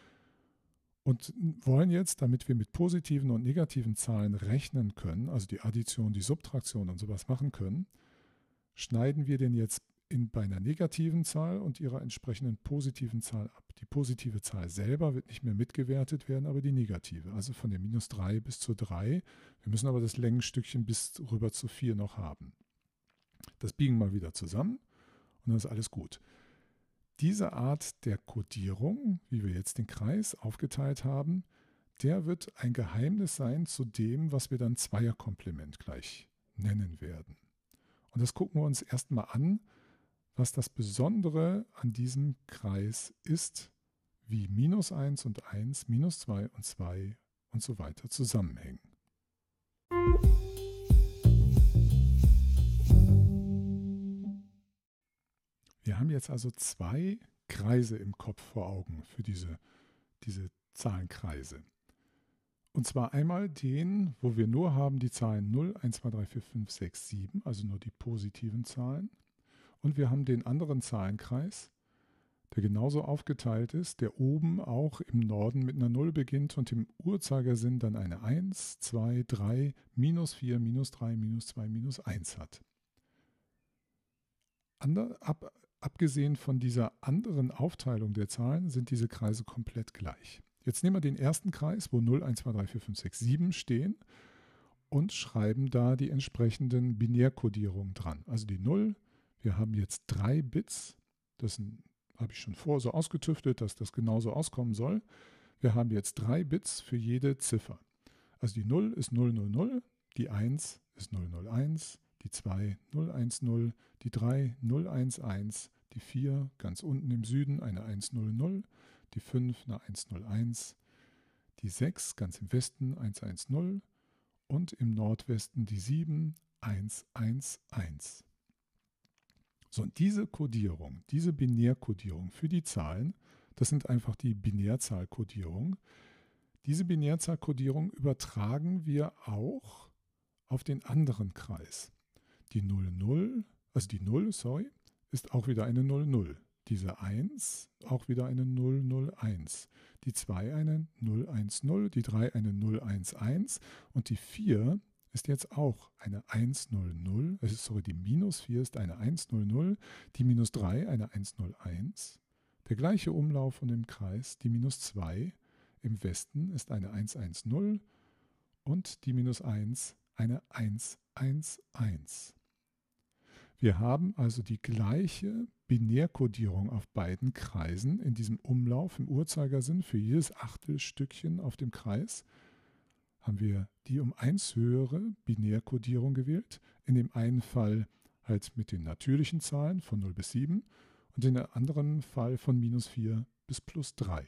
und wollen jetzt, damit wir mit positiven und negativen Zahlen rechnen können, also die Addition, die Subtraktion und sowas machen können, schneiden wir den jetzt bei einer negativen Zahl und ihrer entsprechenden positiven Zahl ab. Die positive Zahl selber wird nicht mehr mitgewertet werden, aber die negative, also von der minus 3 bis zur 3. Wir müssen aber das Längenstückchen bis rüber zu 4 noch haben. Das biegen wir wieder zusammen und dann ist alles gut. Diese Art der Kodierung, wie wir jetzt den Kreis aufgeteilt haben, der wird ein Geheimnis sein zu dem, was wir dann Zweierkomplement gleich nennen werden. Und das gucken wir uns erstmal an, was das Besondere an diesem Kreis ist, wie minus 1 und 1, minus 2 und 2 und so weiter zusammenhängen. Wir haben jetzt also 2 Kreise im Kopf vor Augen für diese Zahlenkreise. Und zwar einmal den, wo wir nur haben die Zahlen 0, 1, 2, 3, 4, 5, 6, 7, also nur die positiven Zahlen. Und wir haben den anderen Zahlenkreis, der genauso aufgeteilt ist, der oben auch im Norden mit einer 0 beginnt und im Uhrzeigersinn dann eine 1, 2, 3, minus 4, minus 3, minus 2, minus 1 hat. Abgesehen von dieser anderen Aufteilung der Zahlen sind diese Kreise komplett gleich. Jetzt nehmen wir den ersten Kreis, wo 0, 1, 2, 3, 4, 5, 6, 7 stehen und schreiben da die entsprechenden Binärkodierungen dran. Also die 0, wir haben jetzt 3 Bits, das habe ich schon vorher so ausgetüftelt, dass das genauso auskommen soll. Wir haben jetzt 3 Bits für jede Ziffer. Also die 0 ist 000, die 1 ist 001, die 2 010, die 3 011, die 4 ganz unten im Süden eine 100, die 5 eine 101, die 6 ganz im Westen 110 und im Nordwesten die 7 111. So, und diese Kodierung, diese Binärkodierung für die Zahlen, das sind einfach die Binärzahlkodierungen. Diese Binärzahlkodierung übertragen wir auch auf den anderen Kreis. Die 00, also die 0, ist auch wieder eine 00. Diese 1 auch wieder eine 001. Die 2 eine 010, die 3 eine 011 und die 4 ist jetzt auch eine 100. Die minus 4 ist eine 100, die minus 3 eine 101. Der gleiche Umlauf von dem Kreis, die minus 2 im Westen ist eine 110 und die minus 1 eine 111. Wir haben also die gleiche Binärkodierung auf beiden Kreisen in diesem Umlauf im Uhrzeigersinn. Für jedes Achtelstückchen auf dem Kreis haben wir die um 1 höhere Binärkodierung gewählt. In dem einen Fall halt mit den natürlichen Zahlen von 0 bis 7 und in dem anderen Fall von minus 4 bis plus 3.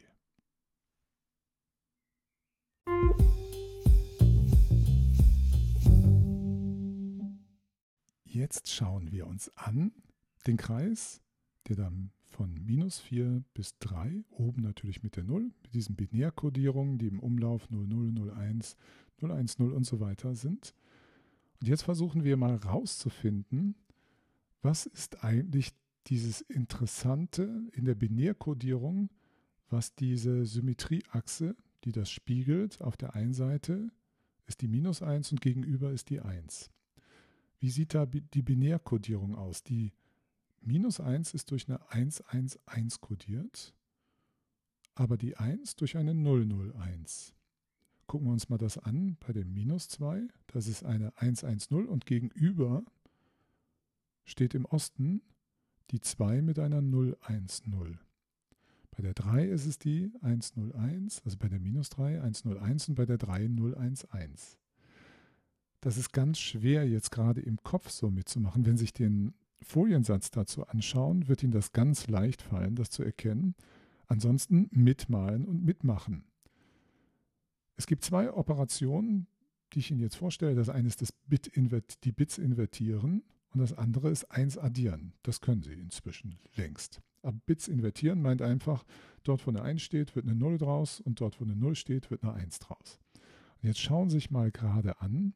Jetzt schauen wir uns an den Kreis, der dann von minus 4 bis 3, oben natürlich mit der 0, mit diesen Binärkodierungen, die im Umlauf 00, 01, 010 und so weiter sind. Und jetzt versuchen wir mal rauszufinden, was ist eigentlich dieses Interessante in der Binärkodierung, was diese Symmetrieachse, die das spiegelt, auf der einen Seite ist die minus 1 und gegenüber ist die 1. Wie sieht da die Binärkodierung aus? Die minus 1 ist durch eine 111 kodiert, aber die 1 durch eine 001. Gucken wir uns mal das an bei dem minus 2. Das ist eine 110 und gegenüber steht im Osten die 2 mit einer 010. Bei der 3 ist es die 101, also bei der minus 3 101 und bei der 3 011. Das ist ganz schwer jetzt gerade im Kopf so mitzumachen. Wenn Sie sich den Foliensatz dazu anschauen, wird Ihnen das ganz leicht fallen, das zu erkennen. Ansonsten mitmalen und mitmachen. Es gibt 2 Operationen, die ich Ihnen jetzt vorstelle. Das eine ist die Bits invertieren und das andere ist 1 addieren. Das können Sie inzwischen längst. Aber Bits invertieren meint einfach, dort wo eine 1 steht, wird eine 0 draus und dort wo eine 0 steht, wird eine 1 draus. Und jetzt schauen Sie sich mal gerade an,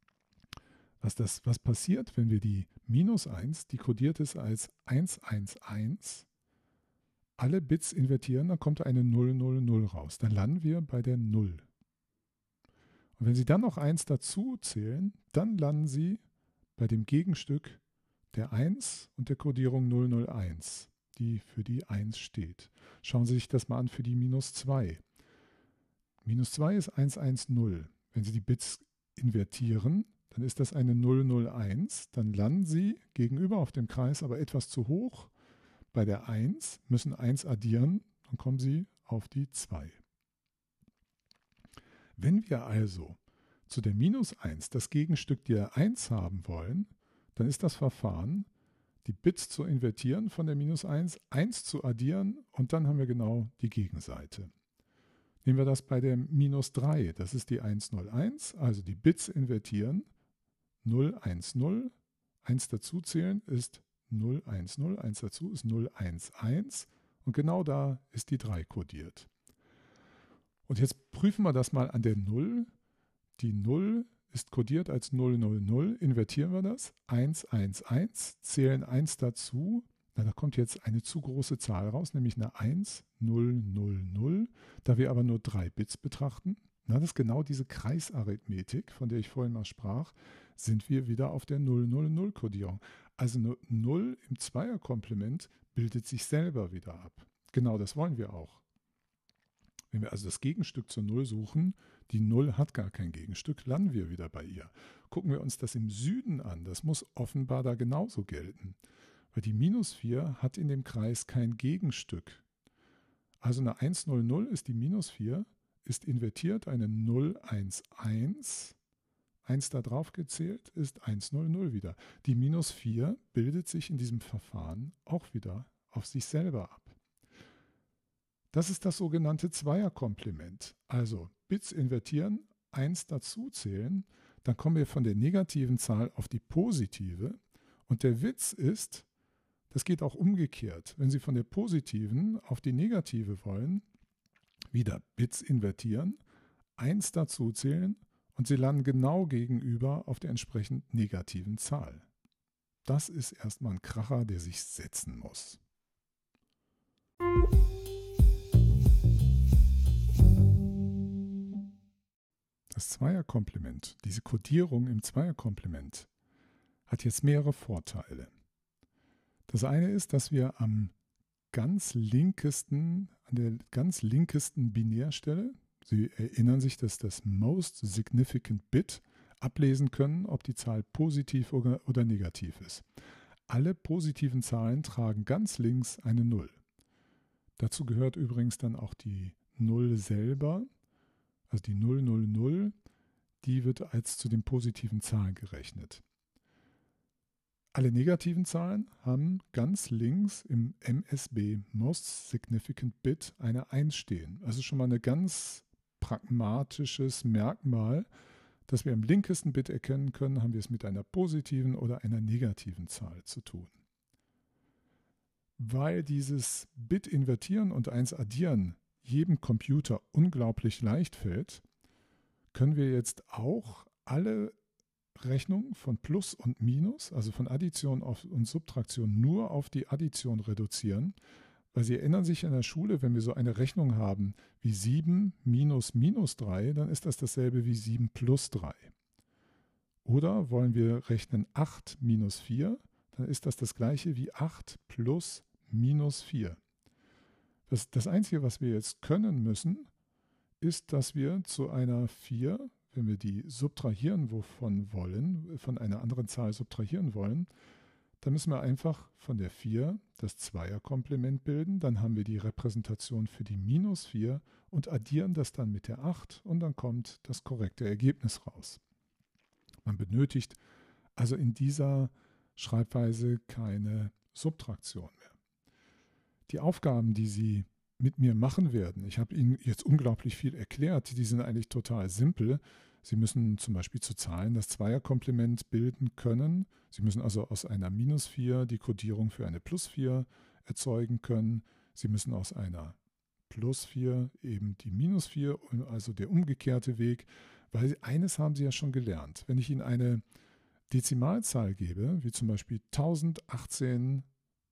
was passiert, wenn wir die minus 1, die kodiert ist als 111, alle Bits invertieren, dann kommt da eine 000 raus. Dann landen wir bei der 0. Und wenn Sie dann noch 1 dazu zählen, dann landen Sie bei dem Gegenstück der 1 und der Kodierung 001, die für die 1 steht. Schauen Sie sich das mal an für die minus 2. Minus 2 ist 110. Wenn Sie die Bits invertieren, dann ist das eine 001. Dann landen Sie gegenüber auf dem Kreis aber etwas zu hoch. Bei der 1 müssen 1 addieren, dann kommen Sie auf die 2. Wenn wir also zu der minus 1 das Gegenstück der 1 haben wollen, dann ist das Verfahren, die Bits zu invertieren von der minus 1, 1 zu addieren und dann haben wir genau die Gegenseite. Nehmen wir das bei der minus 3, das ist die 101, also die Bits invertieren, 010, 1 dazu zählen ist 010, 1 dazu ist 011 und genau da ist die 3 kodiert. Und jetzt prüfen wir das mal an der 0. Die 0 ist kodiert als 000, invertieren wir das, 111, zählen 1 dazu, da kommt jetzt eine zu große Zahl raus, nämlich eine 1000. Da wir aber nur 3 Bits betrachten, das ist genau diese Kreisarithmetik, von der ich vorhin mal sprach, sind wir wieder auf der 000-Kodierung. Also eine 0 im Zweierkomplement bildet sich selber wieder ab. Genau das wollen wir auch. Wenn wir also das Gegenstück zur 0 suchen, die 0 hat gar kein Gegenstück, landen wir wieder bei ihr. Gucken wir uns das im Süden an, das muss offenbar da genauso gelten. Weil die -4 hat in dem Kreis kein Gegenstück. Also eine 1, 0, 0 ist die -4, ist invertiert eine 0, 1, 1. 1 da drauf gezählt ist 1, 0, 0 wieder. Die -4 bildet sich in diesem Verfahren auch wieder auf sich selber ab. Das ist das sogenannte Zweierkomplement. Also Bits invertieren, 1 dazu zählen, dann kommen wir von der negativen Zahl auf die positive. Und der Witz ist, das geht auch umgekehrt. Wenn Sie von der positiven auf die negative wollen, wieder Bits invertieren, 1 dazu zählen und Sie landen genau gegenüber auf der entsprechend negativen Zahl. Das ist erstmal ein Kracher, der sich setzen muss. Das Zweierkomplement, diese Kodierung im Zweierkomplement, hat jetzt mehrere Vorteile. Das eine ist, dass wir an der ganz linkesten Binärstelle, Sie erinnern sich, dass das Most Significant Bit, ablesen können, ob die Zahl positiv oder negativ ist. Alle positiven Zahlen tragen ganz links eine 0. Dazu gehört übrigens dann auch die 0 selber, also die 000, die wird als zu den positiven Zahlen gerechnet. Alle negativen Zahlen haben ganz links im MSB, Most Significant Bit, eine 1 stehen. Also schon mal ein ganz pragmatisches Merkmal, dass wir am linkesten Bit erkennen können, haben wir es mit einer positiven oder einer negativen Zahl zu tun. Weil dieses Bit invertieren und 1 addieren jedem Computer unglaublich leicht fällt, können wir jetzt auch alle Rechnung von Plus und Minus, also von Addition und Subtraktion, nur auf die Addition reduzieren, weil Sie erinnern sich in der Schule, wenn wir so eine Rechnung haben wie 7 minus minus 3, dann ist das dasselbe wie 7 plus 3. Oder wollen wir rechnen 8 minus 4, dann ist das gleiche wie 8 plus minus 4. Das Einzige, was wir jetzt können müssen, ist, dass wir zu einer 4, wenn wir die subtrahieren wovon wollen, von einer anderen Zahl subtrahieren wollen, dann müssen wir einfach von der 4 das Zweierkomplement bilden, dann haben wir die Repräsentation für die minus 4 und addieren das dann mit der 8 und dann kommt das korrekte Ergebnis raus. Man benötigt also in dieser Schreibweise keine Subtraktion mehr. Die Aufgaben, die Sie mit mir machen werden. Ich habe Ihnen jetzt unglaublich viel erklärt. Die sind eigentlich total simpel. Sie müssen zum Beispiel zu Zahlen das Zweierkomplement bilden können. Sie müssen also aus einer minus 4 die Kodierung für eine plus 4 erzeugen können. Sie müssen aus einer plus 4 eben die minus 4, also der umgekehrte Weg. Weil eines haben Sie ja schon gelernt. Wenn ich Ihnen eine Dezimalzahl gebe, wie zum Beispiel 1018,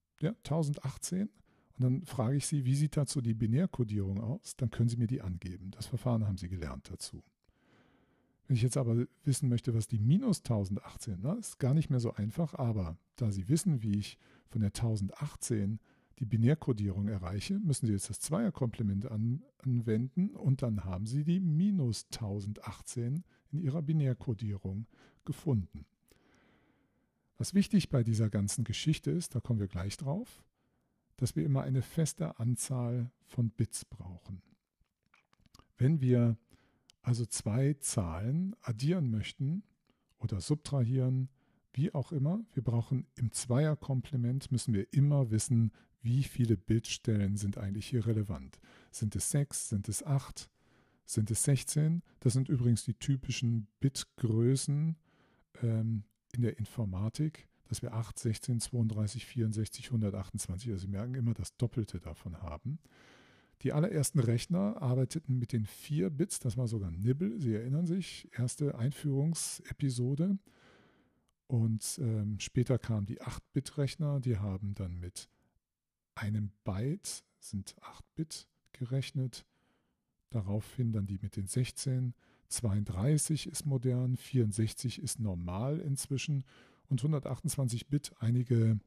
und dann frage ich Sie, wie sieht dazu die Binärkodierung aus? Dann können Sie mir die angeben. Das Verfahren haben Sie gelernt dazu. Wenn ich jetzt aber wissen möchte, was die minus 1018, ist gar nicht mehr so einfach, aber da Sie wissen, wie ich von der 1018 die Binärkodierung erreiche, müssen Sie jetzt das Zweierkomplement anwenden und dann haben Sie die minus 1018 in Ihrer Binärkodierung gefunden. Was wichtig bei dieser ganzen Geschichte ist, da kommen wir gleich drauf, dass wir immer eine feste Anzahl von Bits brauchen. Wenn wir also zwei Zahlen addieren möchten oder subtrahieren, wie auch immer, wir brauchen im Zweierkomplement, müssen wir immer wissen, wie viele Bitstellen sind eigentlich hier relevant. Sind es 6, sind es 8, sind es 16? Das sind übrigens die typischen Bitgrößen in der Informatik, dass wir 8, 16, 32, 64, 128, also Sie merken immer das Doppelte davon haben. Die allerersten Rechner arbeiteten mit den 4 Bits, das war sogar Nibble, Sie erinnern sich, erste Einführungsepisode. Und später kamen die 8-Bit-Rechner, die haben dann mit einem Byte, sind 8 Bit gerechnet. Daraufhin dann die mit den 16, 32 ist modern, 64 ist normal inzwischen und 128 Bit, einige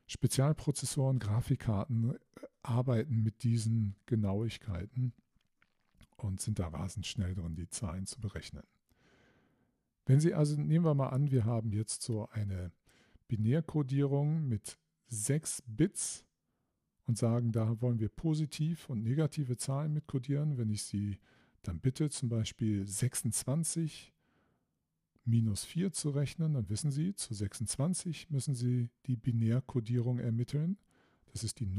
Spezialprozessoren, Grafikkarten arbeiten mit diesen Genauigkeiten. und sind da rasend schnell drin, die Zahlen zu berechnen. Wenn Sie also, nehmen wir mal an, wir haben jetzt so eine Binärkodierung mit 6 Bits und sagen, da wollen wir positiv und negative Zahlen mit kodieren. Wenn ich Sie dann bitte, zum Beispiel 26 minus 4 zu rechnen, dann wissen Sie, zu 26 müssen Sie die Binärkodierung ermitteln. Das ist die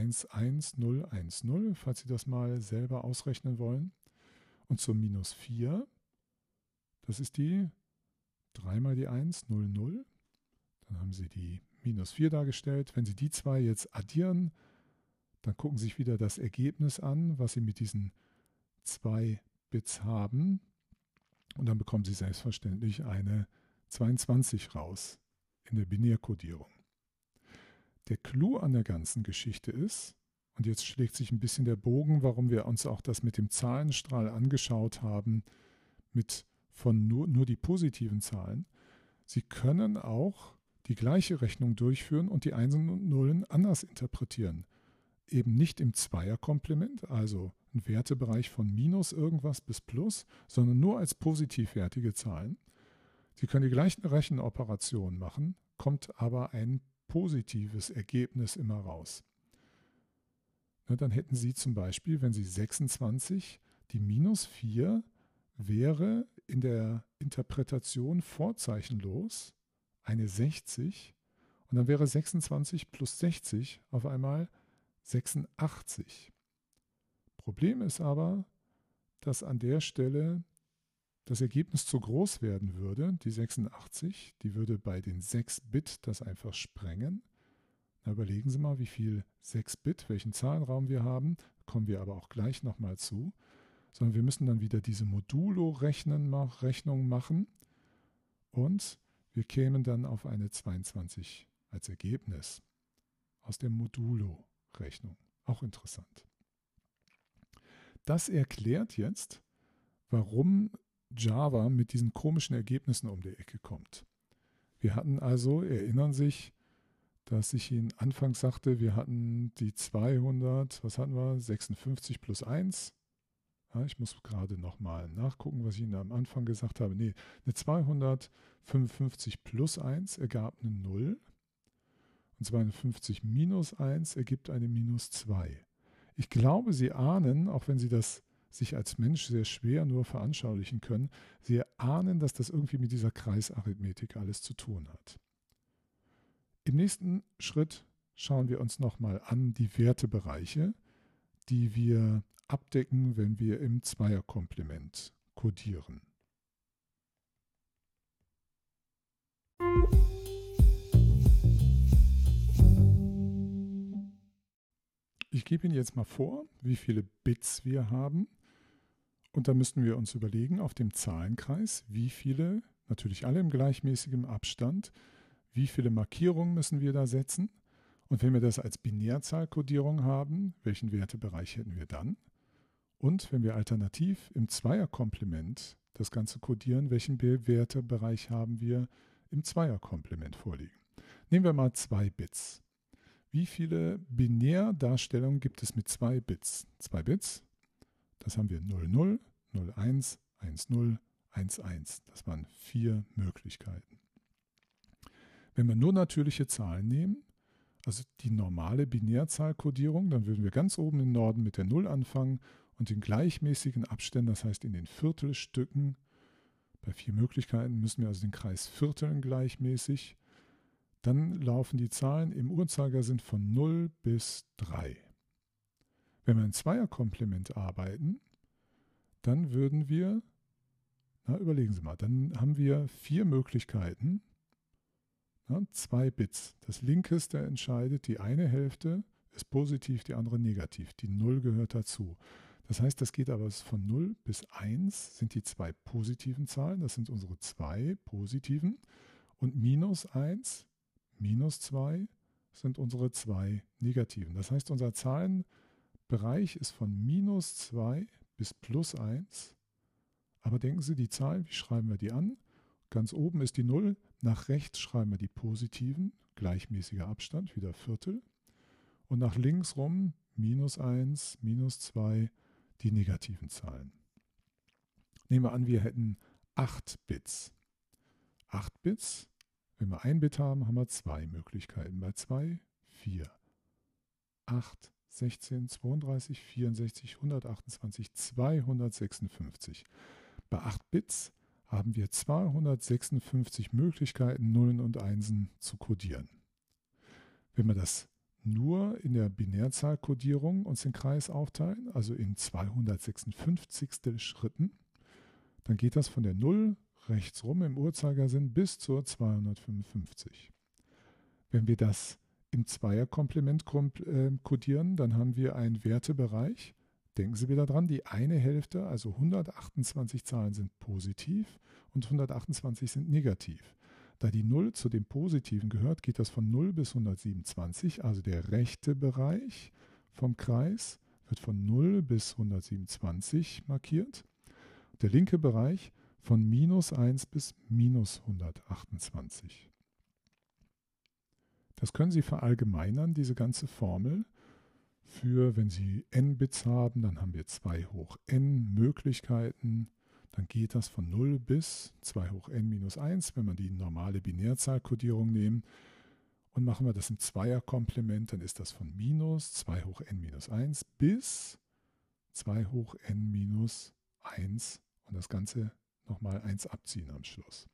011010, falls Sie das mal selber ausrechnen wollen. Und zur minus 4, das ist die 3 mal die 1, 0, 0. Dann haben Sie die minus 4 dargestellt. Wenn Sie die zwei jetzt addieren, dann gucken Sie sich wieder das Ergebnis an, was Sie mit diesen 2 Bits haben. Und dann bekommen Sie selbstverständlich eine 22 raus in der Binärkodierung. Der Clou an der ganzen Geschichte ist, und jetzt schlägt sich ein bisschen der Bogen, warum wir uns auch das mit dem Zahlenstrahl angeschaut haben, mit von nur die positiven Zahlen. Sie können auch die gleiche Rechnung durchführen und die Einsen und Nullen anders interpretieren. Eben nicht im Zweierkomplement, also ein Wertebereich von minus irgendwas bis plus, sondern nur als positivwertige Zahlen. Sie können die gleichen Rechenoperationen machen, kommt aber ein positives Ergebnis immer raus. Na, dann hätten Sie zum Beispiel, wenn Sie 26, die minus 4 wäre in der Interpretation vorzeichenlos eine 60 und dann wäre 26 plus 60 auf einmal 86. Problem ist aber, dass an der Stelle das Ergebnis zu groß werden würde, die 86, die würde bei den 6 Bit das einfach sprengen. Na, überlegen Sie mal, wie viel 6 Bit, welchen Zahlenraum wir haben, kommen wir aber auch gleich nochmal zu, sondern wir müssen dann wieder diese Modulo-Rechnung machen und wir kämen dann auf eine 22 als Ergebnis aus der Modulo-Rechnung. Auch interessant. Das erklärt jetzt, warum Java mit diesen komischen Ergebnissen um die Ecke kommt. Wir hatten also, erinnern sich, dass ich Ihnen anfangs sagte, wir hatten die 200, was hatten wir, 56 plus 1. Ja, ich muss gerade nochmal nachgucken, was ich Ihnen am Anfang gesagt habe. Nee, eine 255 plus 1 ergab eine 0 und 250 minus 1 ergibt eine minus 2. Ich glaube, Sie ahnen, auch wenn Sie das sich als Mensch sehr schwer nur veranschaulichen können, Sie ahnen, dass das irgendwie mit dieser Kreisarithmetik alles zu tun hat. Im nächsten Schritt schauen wir uns nochmal an die Wertebereiche, die wir abdecken, wenn wir im Zweierkomplement kodieren. Ich gebe Ihnen jetzt mal vor, wie viele Bits wir haben. Und da müssten wir uns überlegen, auf dem Zahlenkreis, wie viele, natürlich alle im gleichmäßigen Abstand, wie viele Markierungen müssen wir da setzen. Und wenn wir das als Binärzahlkodierung haben, welchen Wertebereich hätten wir dann? Und wenn wir alternativ im Zweierkomplement das Ganze kodieren, welchen Wertebereich haben wir im Zweierkomplement vorliegen? Nehmen wir mal 2 Bits. Wie viele Binärdarstellungen gibt es mit 2 Bits? 2 Bits, das haben wir 00, 01, 10, 11. Das waren 4 Möglichkeiten. Wenn wir nur natürliche Zahlen nehmen, also die normale Binärzahlkodierung, dann würden wir ganz oben im Norden mit der 0 anfangen und in gleichmäßigen Abständen, das heißt in den Viertelstücken, bei 4 Möglichkeiten müssen wir also den Kreis vierteln gleichmäßig. Dann laufen die Zahlen im Uhrzeigersinn von 0 bis 3. Wenn wir in Zweierkomplement arbeiten, dann würden wir, überlegen Sie mal, dann haben wir 4 Möglichkeiten, 2 Bits. Das linkeste entscheidet, die eine Hälfte ist positiv, die andere negativ. Die 0 gehört dazu. Das heißt, das geht aber von 0 bis 1 sind die 2 positiven Zahlen, das sind unsere 2 positiven. Und minus 1, minus 2 sind unsere 2 negativen. Das heißt, unser Zahlenbereich ist von minus 2 bis plus 1. Aber denken Sie, die Zahlen, wie schreiben wir die an? Ganz oben ist die 0, nach rechts schreiben wir die positiven, gleichmäßiger Abstand, wieder Viertel. Und nach links rum minus 1, minus 2, die negativen Zahlen. Nehmen wir an, wir hätten 8 Bits. 8 Bits, wenn wir ein Bit haben, haben wir 2 Möglichkeiten. Bei 2, 4, 8, 16, 32, 64, 128, 256. Bei 8 Bits haben wir 256 Möglichkeiten, Nullen und Einsen zu kodieren. Wenn wir das nur in der Binärzahlkodierung uns den Kreis aufteilen, also in 256. Schritten, dann geht das von der 0 rechts rum im Uhrzeigersinn bis zur 255. Wenn wir das im Zweierkomplement kodieren, dann haben wir einen Wertebereich. Denken Sie wieder dran, die eine Hälfte, also 128 Zahlen sind positiv und 128 sind negativ. Da die 0 zu dem Positiven gehört, geht das von 0 bis 127, also der rechte Bereich vom Kreis wird von 0 bis 127 markiert. Der linke Bereich von minus 1 bis minus 128. Das können Sie verallgemeinern, diese ganze Formel. Für, wenn Sie n Bits haben, dann haben wir 2 hoch n Möglichkeiten. Dann geht das von 0 bis 2 hoch n minus 1, wenn wir die normale Binärzahlkodierung nehmen. Und machen wir das im Zweierkomplement, dann ist das von minus 2 hoch n minus 1 bis 2 hoch n minus 1 und das Ganze nochmal 1 abziehen am Schluss.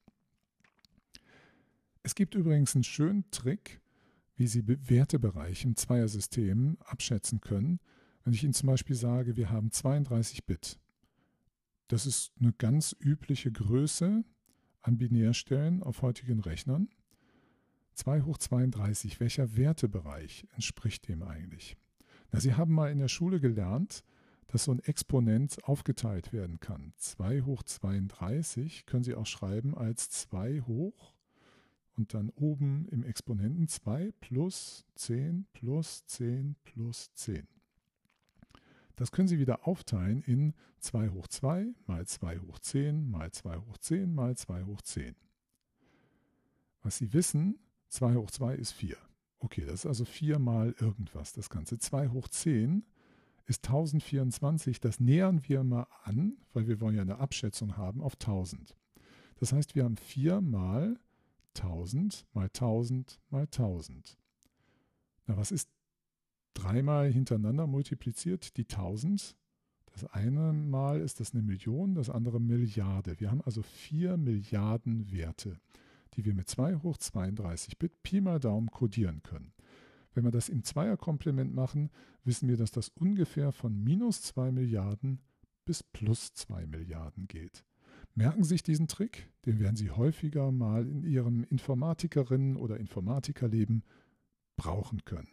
Es gibt übrigens einen schönen Trick, wie Sie Wertebereiche im Zweiersystem abschätzen können. Wenn ich Ihnen zum Beispiel sage, wir haben 32 Bit. Das ist eine ganz übliche Größe an Binärstellen auf heutigen Rechnern. 2 hoch 32, welcher Wertebereich entspricht dem eigentlich? Na, Sie haben mal in der Schule gelernt, dass so ein Exponent aufgeteilt werden kann. 2 hoch 32 können Sie auch schreiben als 2 hoch und dann oben im Exponenten 2 plus 10 plus 10 plus 10. Das können Sie wieder aufteilen in 2 hoch 2 mal 2 hoch 10 mal 2 hoch 10 mal 2 hoch 10. Was Sie wissen, 2 hoch 2 ist 4. Okay, das ist also 4 mal irgendwas, das Ganze. 2 hoch 10 ist 1024. Das nähern wir mal an, weil wir wollen ja eine Abschätzung haben, auf 1000. Das heißt, wir haben 4 mal 1000 mal 1000 mal 1000. Na, was ist 3 mal hintereinander multipliziert? Die 1000. Das eine Mal ist das eine Million, das andere Milliarde. Wir haben also 4 Milliarden Werte, die wir mit 2 hoch 32 Bit Pi mal Daumen kodieren können. Wenn wir das im Zweierkomplement machen, wissen wir, dass das ungefähr von minus 2 Milliarden bis plus 2 Milliarden geht. Merken Sie sich diesen Trick, den werden Sie häufiger mal in Ihrem Informatikerinnen- oder Informatikerleben brauchen können.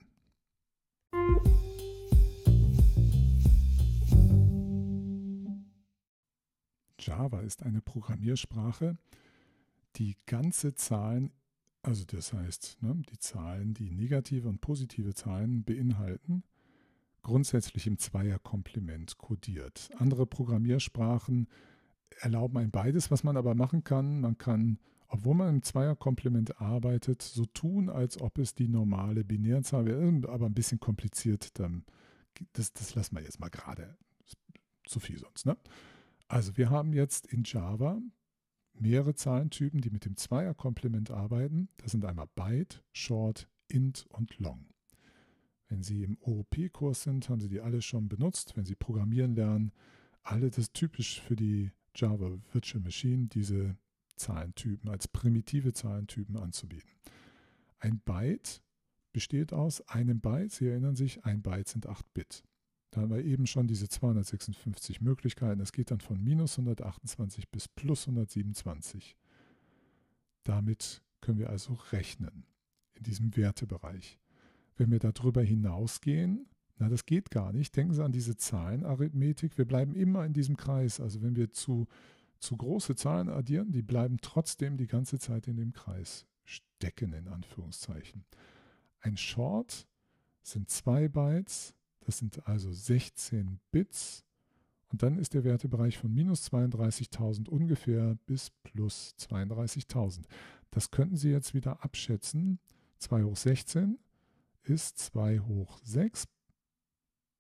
Java ist eine Programmiersprache, die ganze Zahlen, also das heißt, die Zahlen, die negative und positive Zahlen beinhalten, grundsätzlich im Zweierkomplement kodiert. Andere Programmiersprachen erlauben ein beides, was man aber machen kann. Man kann, obwohl man im Zweierkomplement arbeitet, so tun, als ob es die normale Binärzahl wäre, aber ein bisschen kompliziert. Das lassen wir jetzt mal gerade. Zu viel sonst, ne? Also wir haben jetzt in Java mehrere Zahlentypen, die mit dem Zweierkomplement arbeiten. Das sind einmal Byte, Short, Int und Long. Wenn Sie im OOP-Kurs sind, haben Sie die alle schon benutzt. Wenn Sie programmieren lernen, das ist typisch für die Java Virtual Machine, diese Zahlentypen als primitive Zahlentypen anzubieten. Ein Byte besteht aus einem Byte. Sie erinnern sich, ein Byte sind 8 Bit. Da haben wir eben schon diese 256 Möglichkeiten. Es geht dann von minus 128 bis plus 127. Damit können wir also rechnen in diesem Wertebereich. Wenn wir darüber hinausgehen, das geht gar nicht. Denken Sie an diese Zahlenarithmetik. Wir bleiben immer in diesem Kreis. Also wenn wir zu große Zahlen addieren, die bleiben trotzdem die ganze Zeit in dem Kreis stecken, in Anführungszeichen. Ein Short sind 2 Bytes. Das sind also 16 Bits. Und dann ist der Wertebereich von minus 32.000 ungefähr bis plus 32.000. Das könnten Sie jetzt wieder abschätzen. 2 hoch 16 ist 2 hoch 6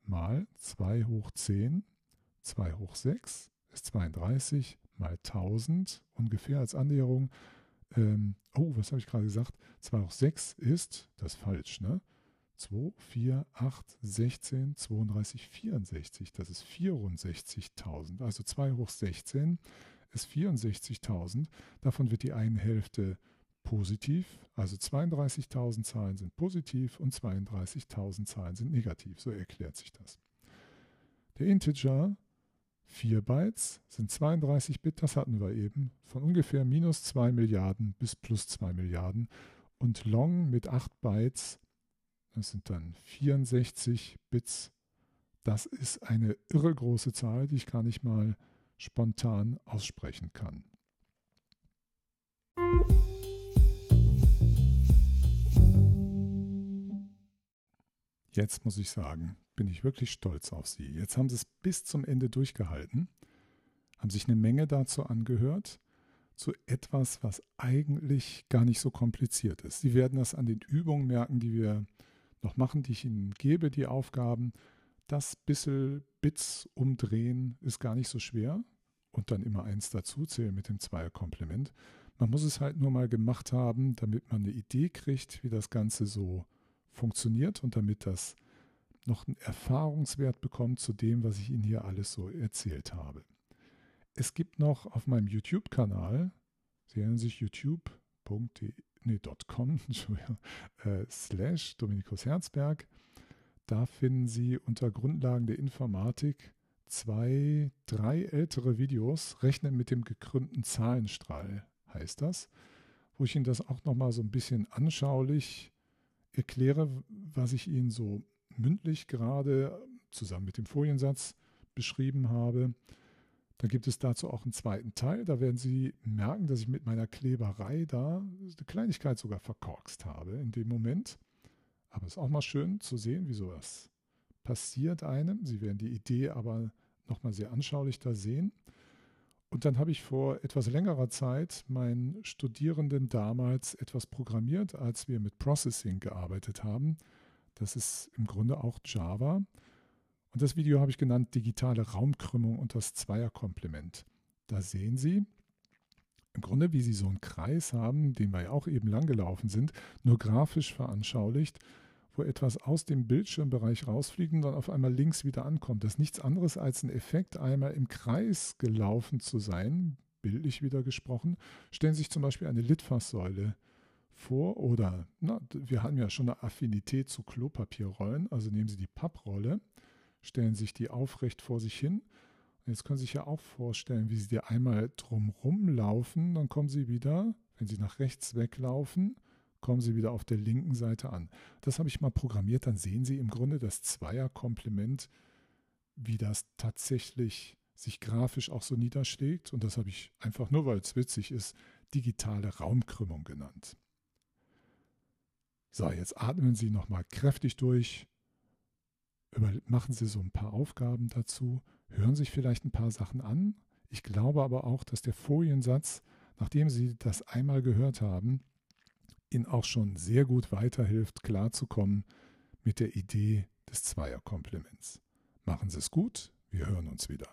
mal 2 hoch 10, 2 hoch 6 ist 32 mal 1000 ungefähr als Annäherung. Was habe ich gerade gesagt? 2 hoch 6 ist, das ist falsch, ne? 2, 4, 8, 16, 32, 64. Das ist 64.000. Also 2 hoch 16 ist 64.000. Davon wird die eine Hälfte positiv. Also 32.000 Zahlen sind positiv und 32.000 Zahlen sind negativ. So erklärt sich das. Der Integer 4 Bytes sind 32 Bit, das hatten wir eben, von ungefähr minus 2 Milliarden bis plus 2 Milliarden. Und long mit 8 Bytes, das sind dann 64 Bits. Das ist eine irre große Zahl, die ich gar nicht mal spontan aussprechen kann. Jetzt muss ich sagen, bin ich wirklich stolz auf Sie. Jetzt haben Sie es bis zum Ende durchgehalten, haben sich eine Menge dazu angehört, zu etwas, was eigentlich gar nicht so kompliziert ist. Sie werden das an den Übungen merken, die wir noch machen, die ich Ihnen gebe, die Aufgaben. Das bisschen Bits umdrehen ist gar nicht so schwer und dann immer 1 dazu zählen mit dem Zweierkomplement. Man muss es halt nur mal gemacht haben, damit man eine Idee kriegt, wie das Ganze so funktioniert und damit das noch einen Erfahrungswert bekommt zu dem, was ich Ihnen hier alles so erzählt habe. Es gibt noch auf meinem YouTube-Kanal, Sie erinnern sich, youtube.com / Dominikus Herzberg. Da finden Sie unter Grundlagen der Informatik 2, 3 ältere Videos, Rechnen mit dem gekrümmten Zahlenstrahl heißt das, wo ich Ihnen das auch nochmal so ein bisschen anschaulich erkläre, was ich Ihnen so mündlich gerade zusammen mit dem Foliensatz beschrieben habe. Dann gibt es dazu auch einen zweiten Teil. Da werden Sie merken, dass ich mit meiner Kleberei da eine Kleinigkeit sogar verkorkst habe in dem Moment. Aber es ist auch mal schön zu sehen, wie sowas passiert einem. Sie werden die Idee aber nochmal sehr anschaulich da sehen. Und dann habe ich vor etwas längerer Zeit meinen Studierenden damals etwas programmiert, als wir mit Processing gearbeitet haben. Das ist im Grunde auch Java. Und das Video habe ich genannt digitale Raumkrümmung und das Zweierkomplement. Da sehen Sie im Grunde, wie Sie so einen Kreis haben, den wir ja auch eben lang gelaufen sind, nur grafisch veranschaulicht, wo etwas aus dem Bildschirmbereich rausfliegt und dann auf einmal links wieder ankommt. Das ist nichts anderes als ein Effekt, einmal im Kreis gelaufen zu sein, bildlich wieder gesprochen. Stellen Sie sich zum Beispiel eine Litfaßsäule vor oder, wir haben ja schon eine Affinität zu Klopapierrollen, also nehmen Sie die Papprolle, stellen sich die aufrecht vor sich hin. Und jetzt können Sie sich ja auch vorstellen, wie Sie die einmal drumherum laufen, dann kommen Sie wieder, wenn Sie nach rechts weglaufen, kommen Sie wieder auf der linken Seite an. Das habe ich mal programmiert, dann sehen Sie im Grunde das Zweierkomplement, wie das tatsächlich sich grafisch auch so niederschlägt. Und das habe ich einfach nur, weil es witzig ist, digitale Raumkrümmung genannt. So, jetzt atmen Sie nochmal kräftig durch. Machen Sie so ein paar Aufgaben dazu, hören sich vielleicht ein paar Sachen an. Ich glaube aber auch, dass der Foliensatz, nachdem Sie das einmal gehört haben, Ihnen auch schon sehr gut weiterhilft, klarzukommen mit der Idee des Zweierkomplements. Machen Sie es gut, wir hören uns wieder.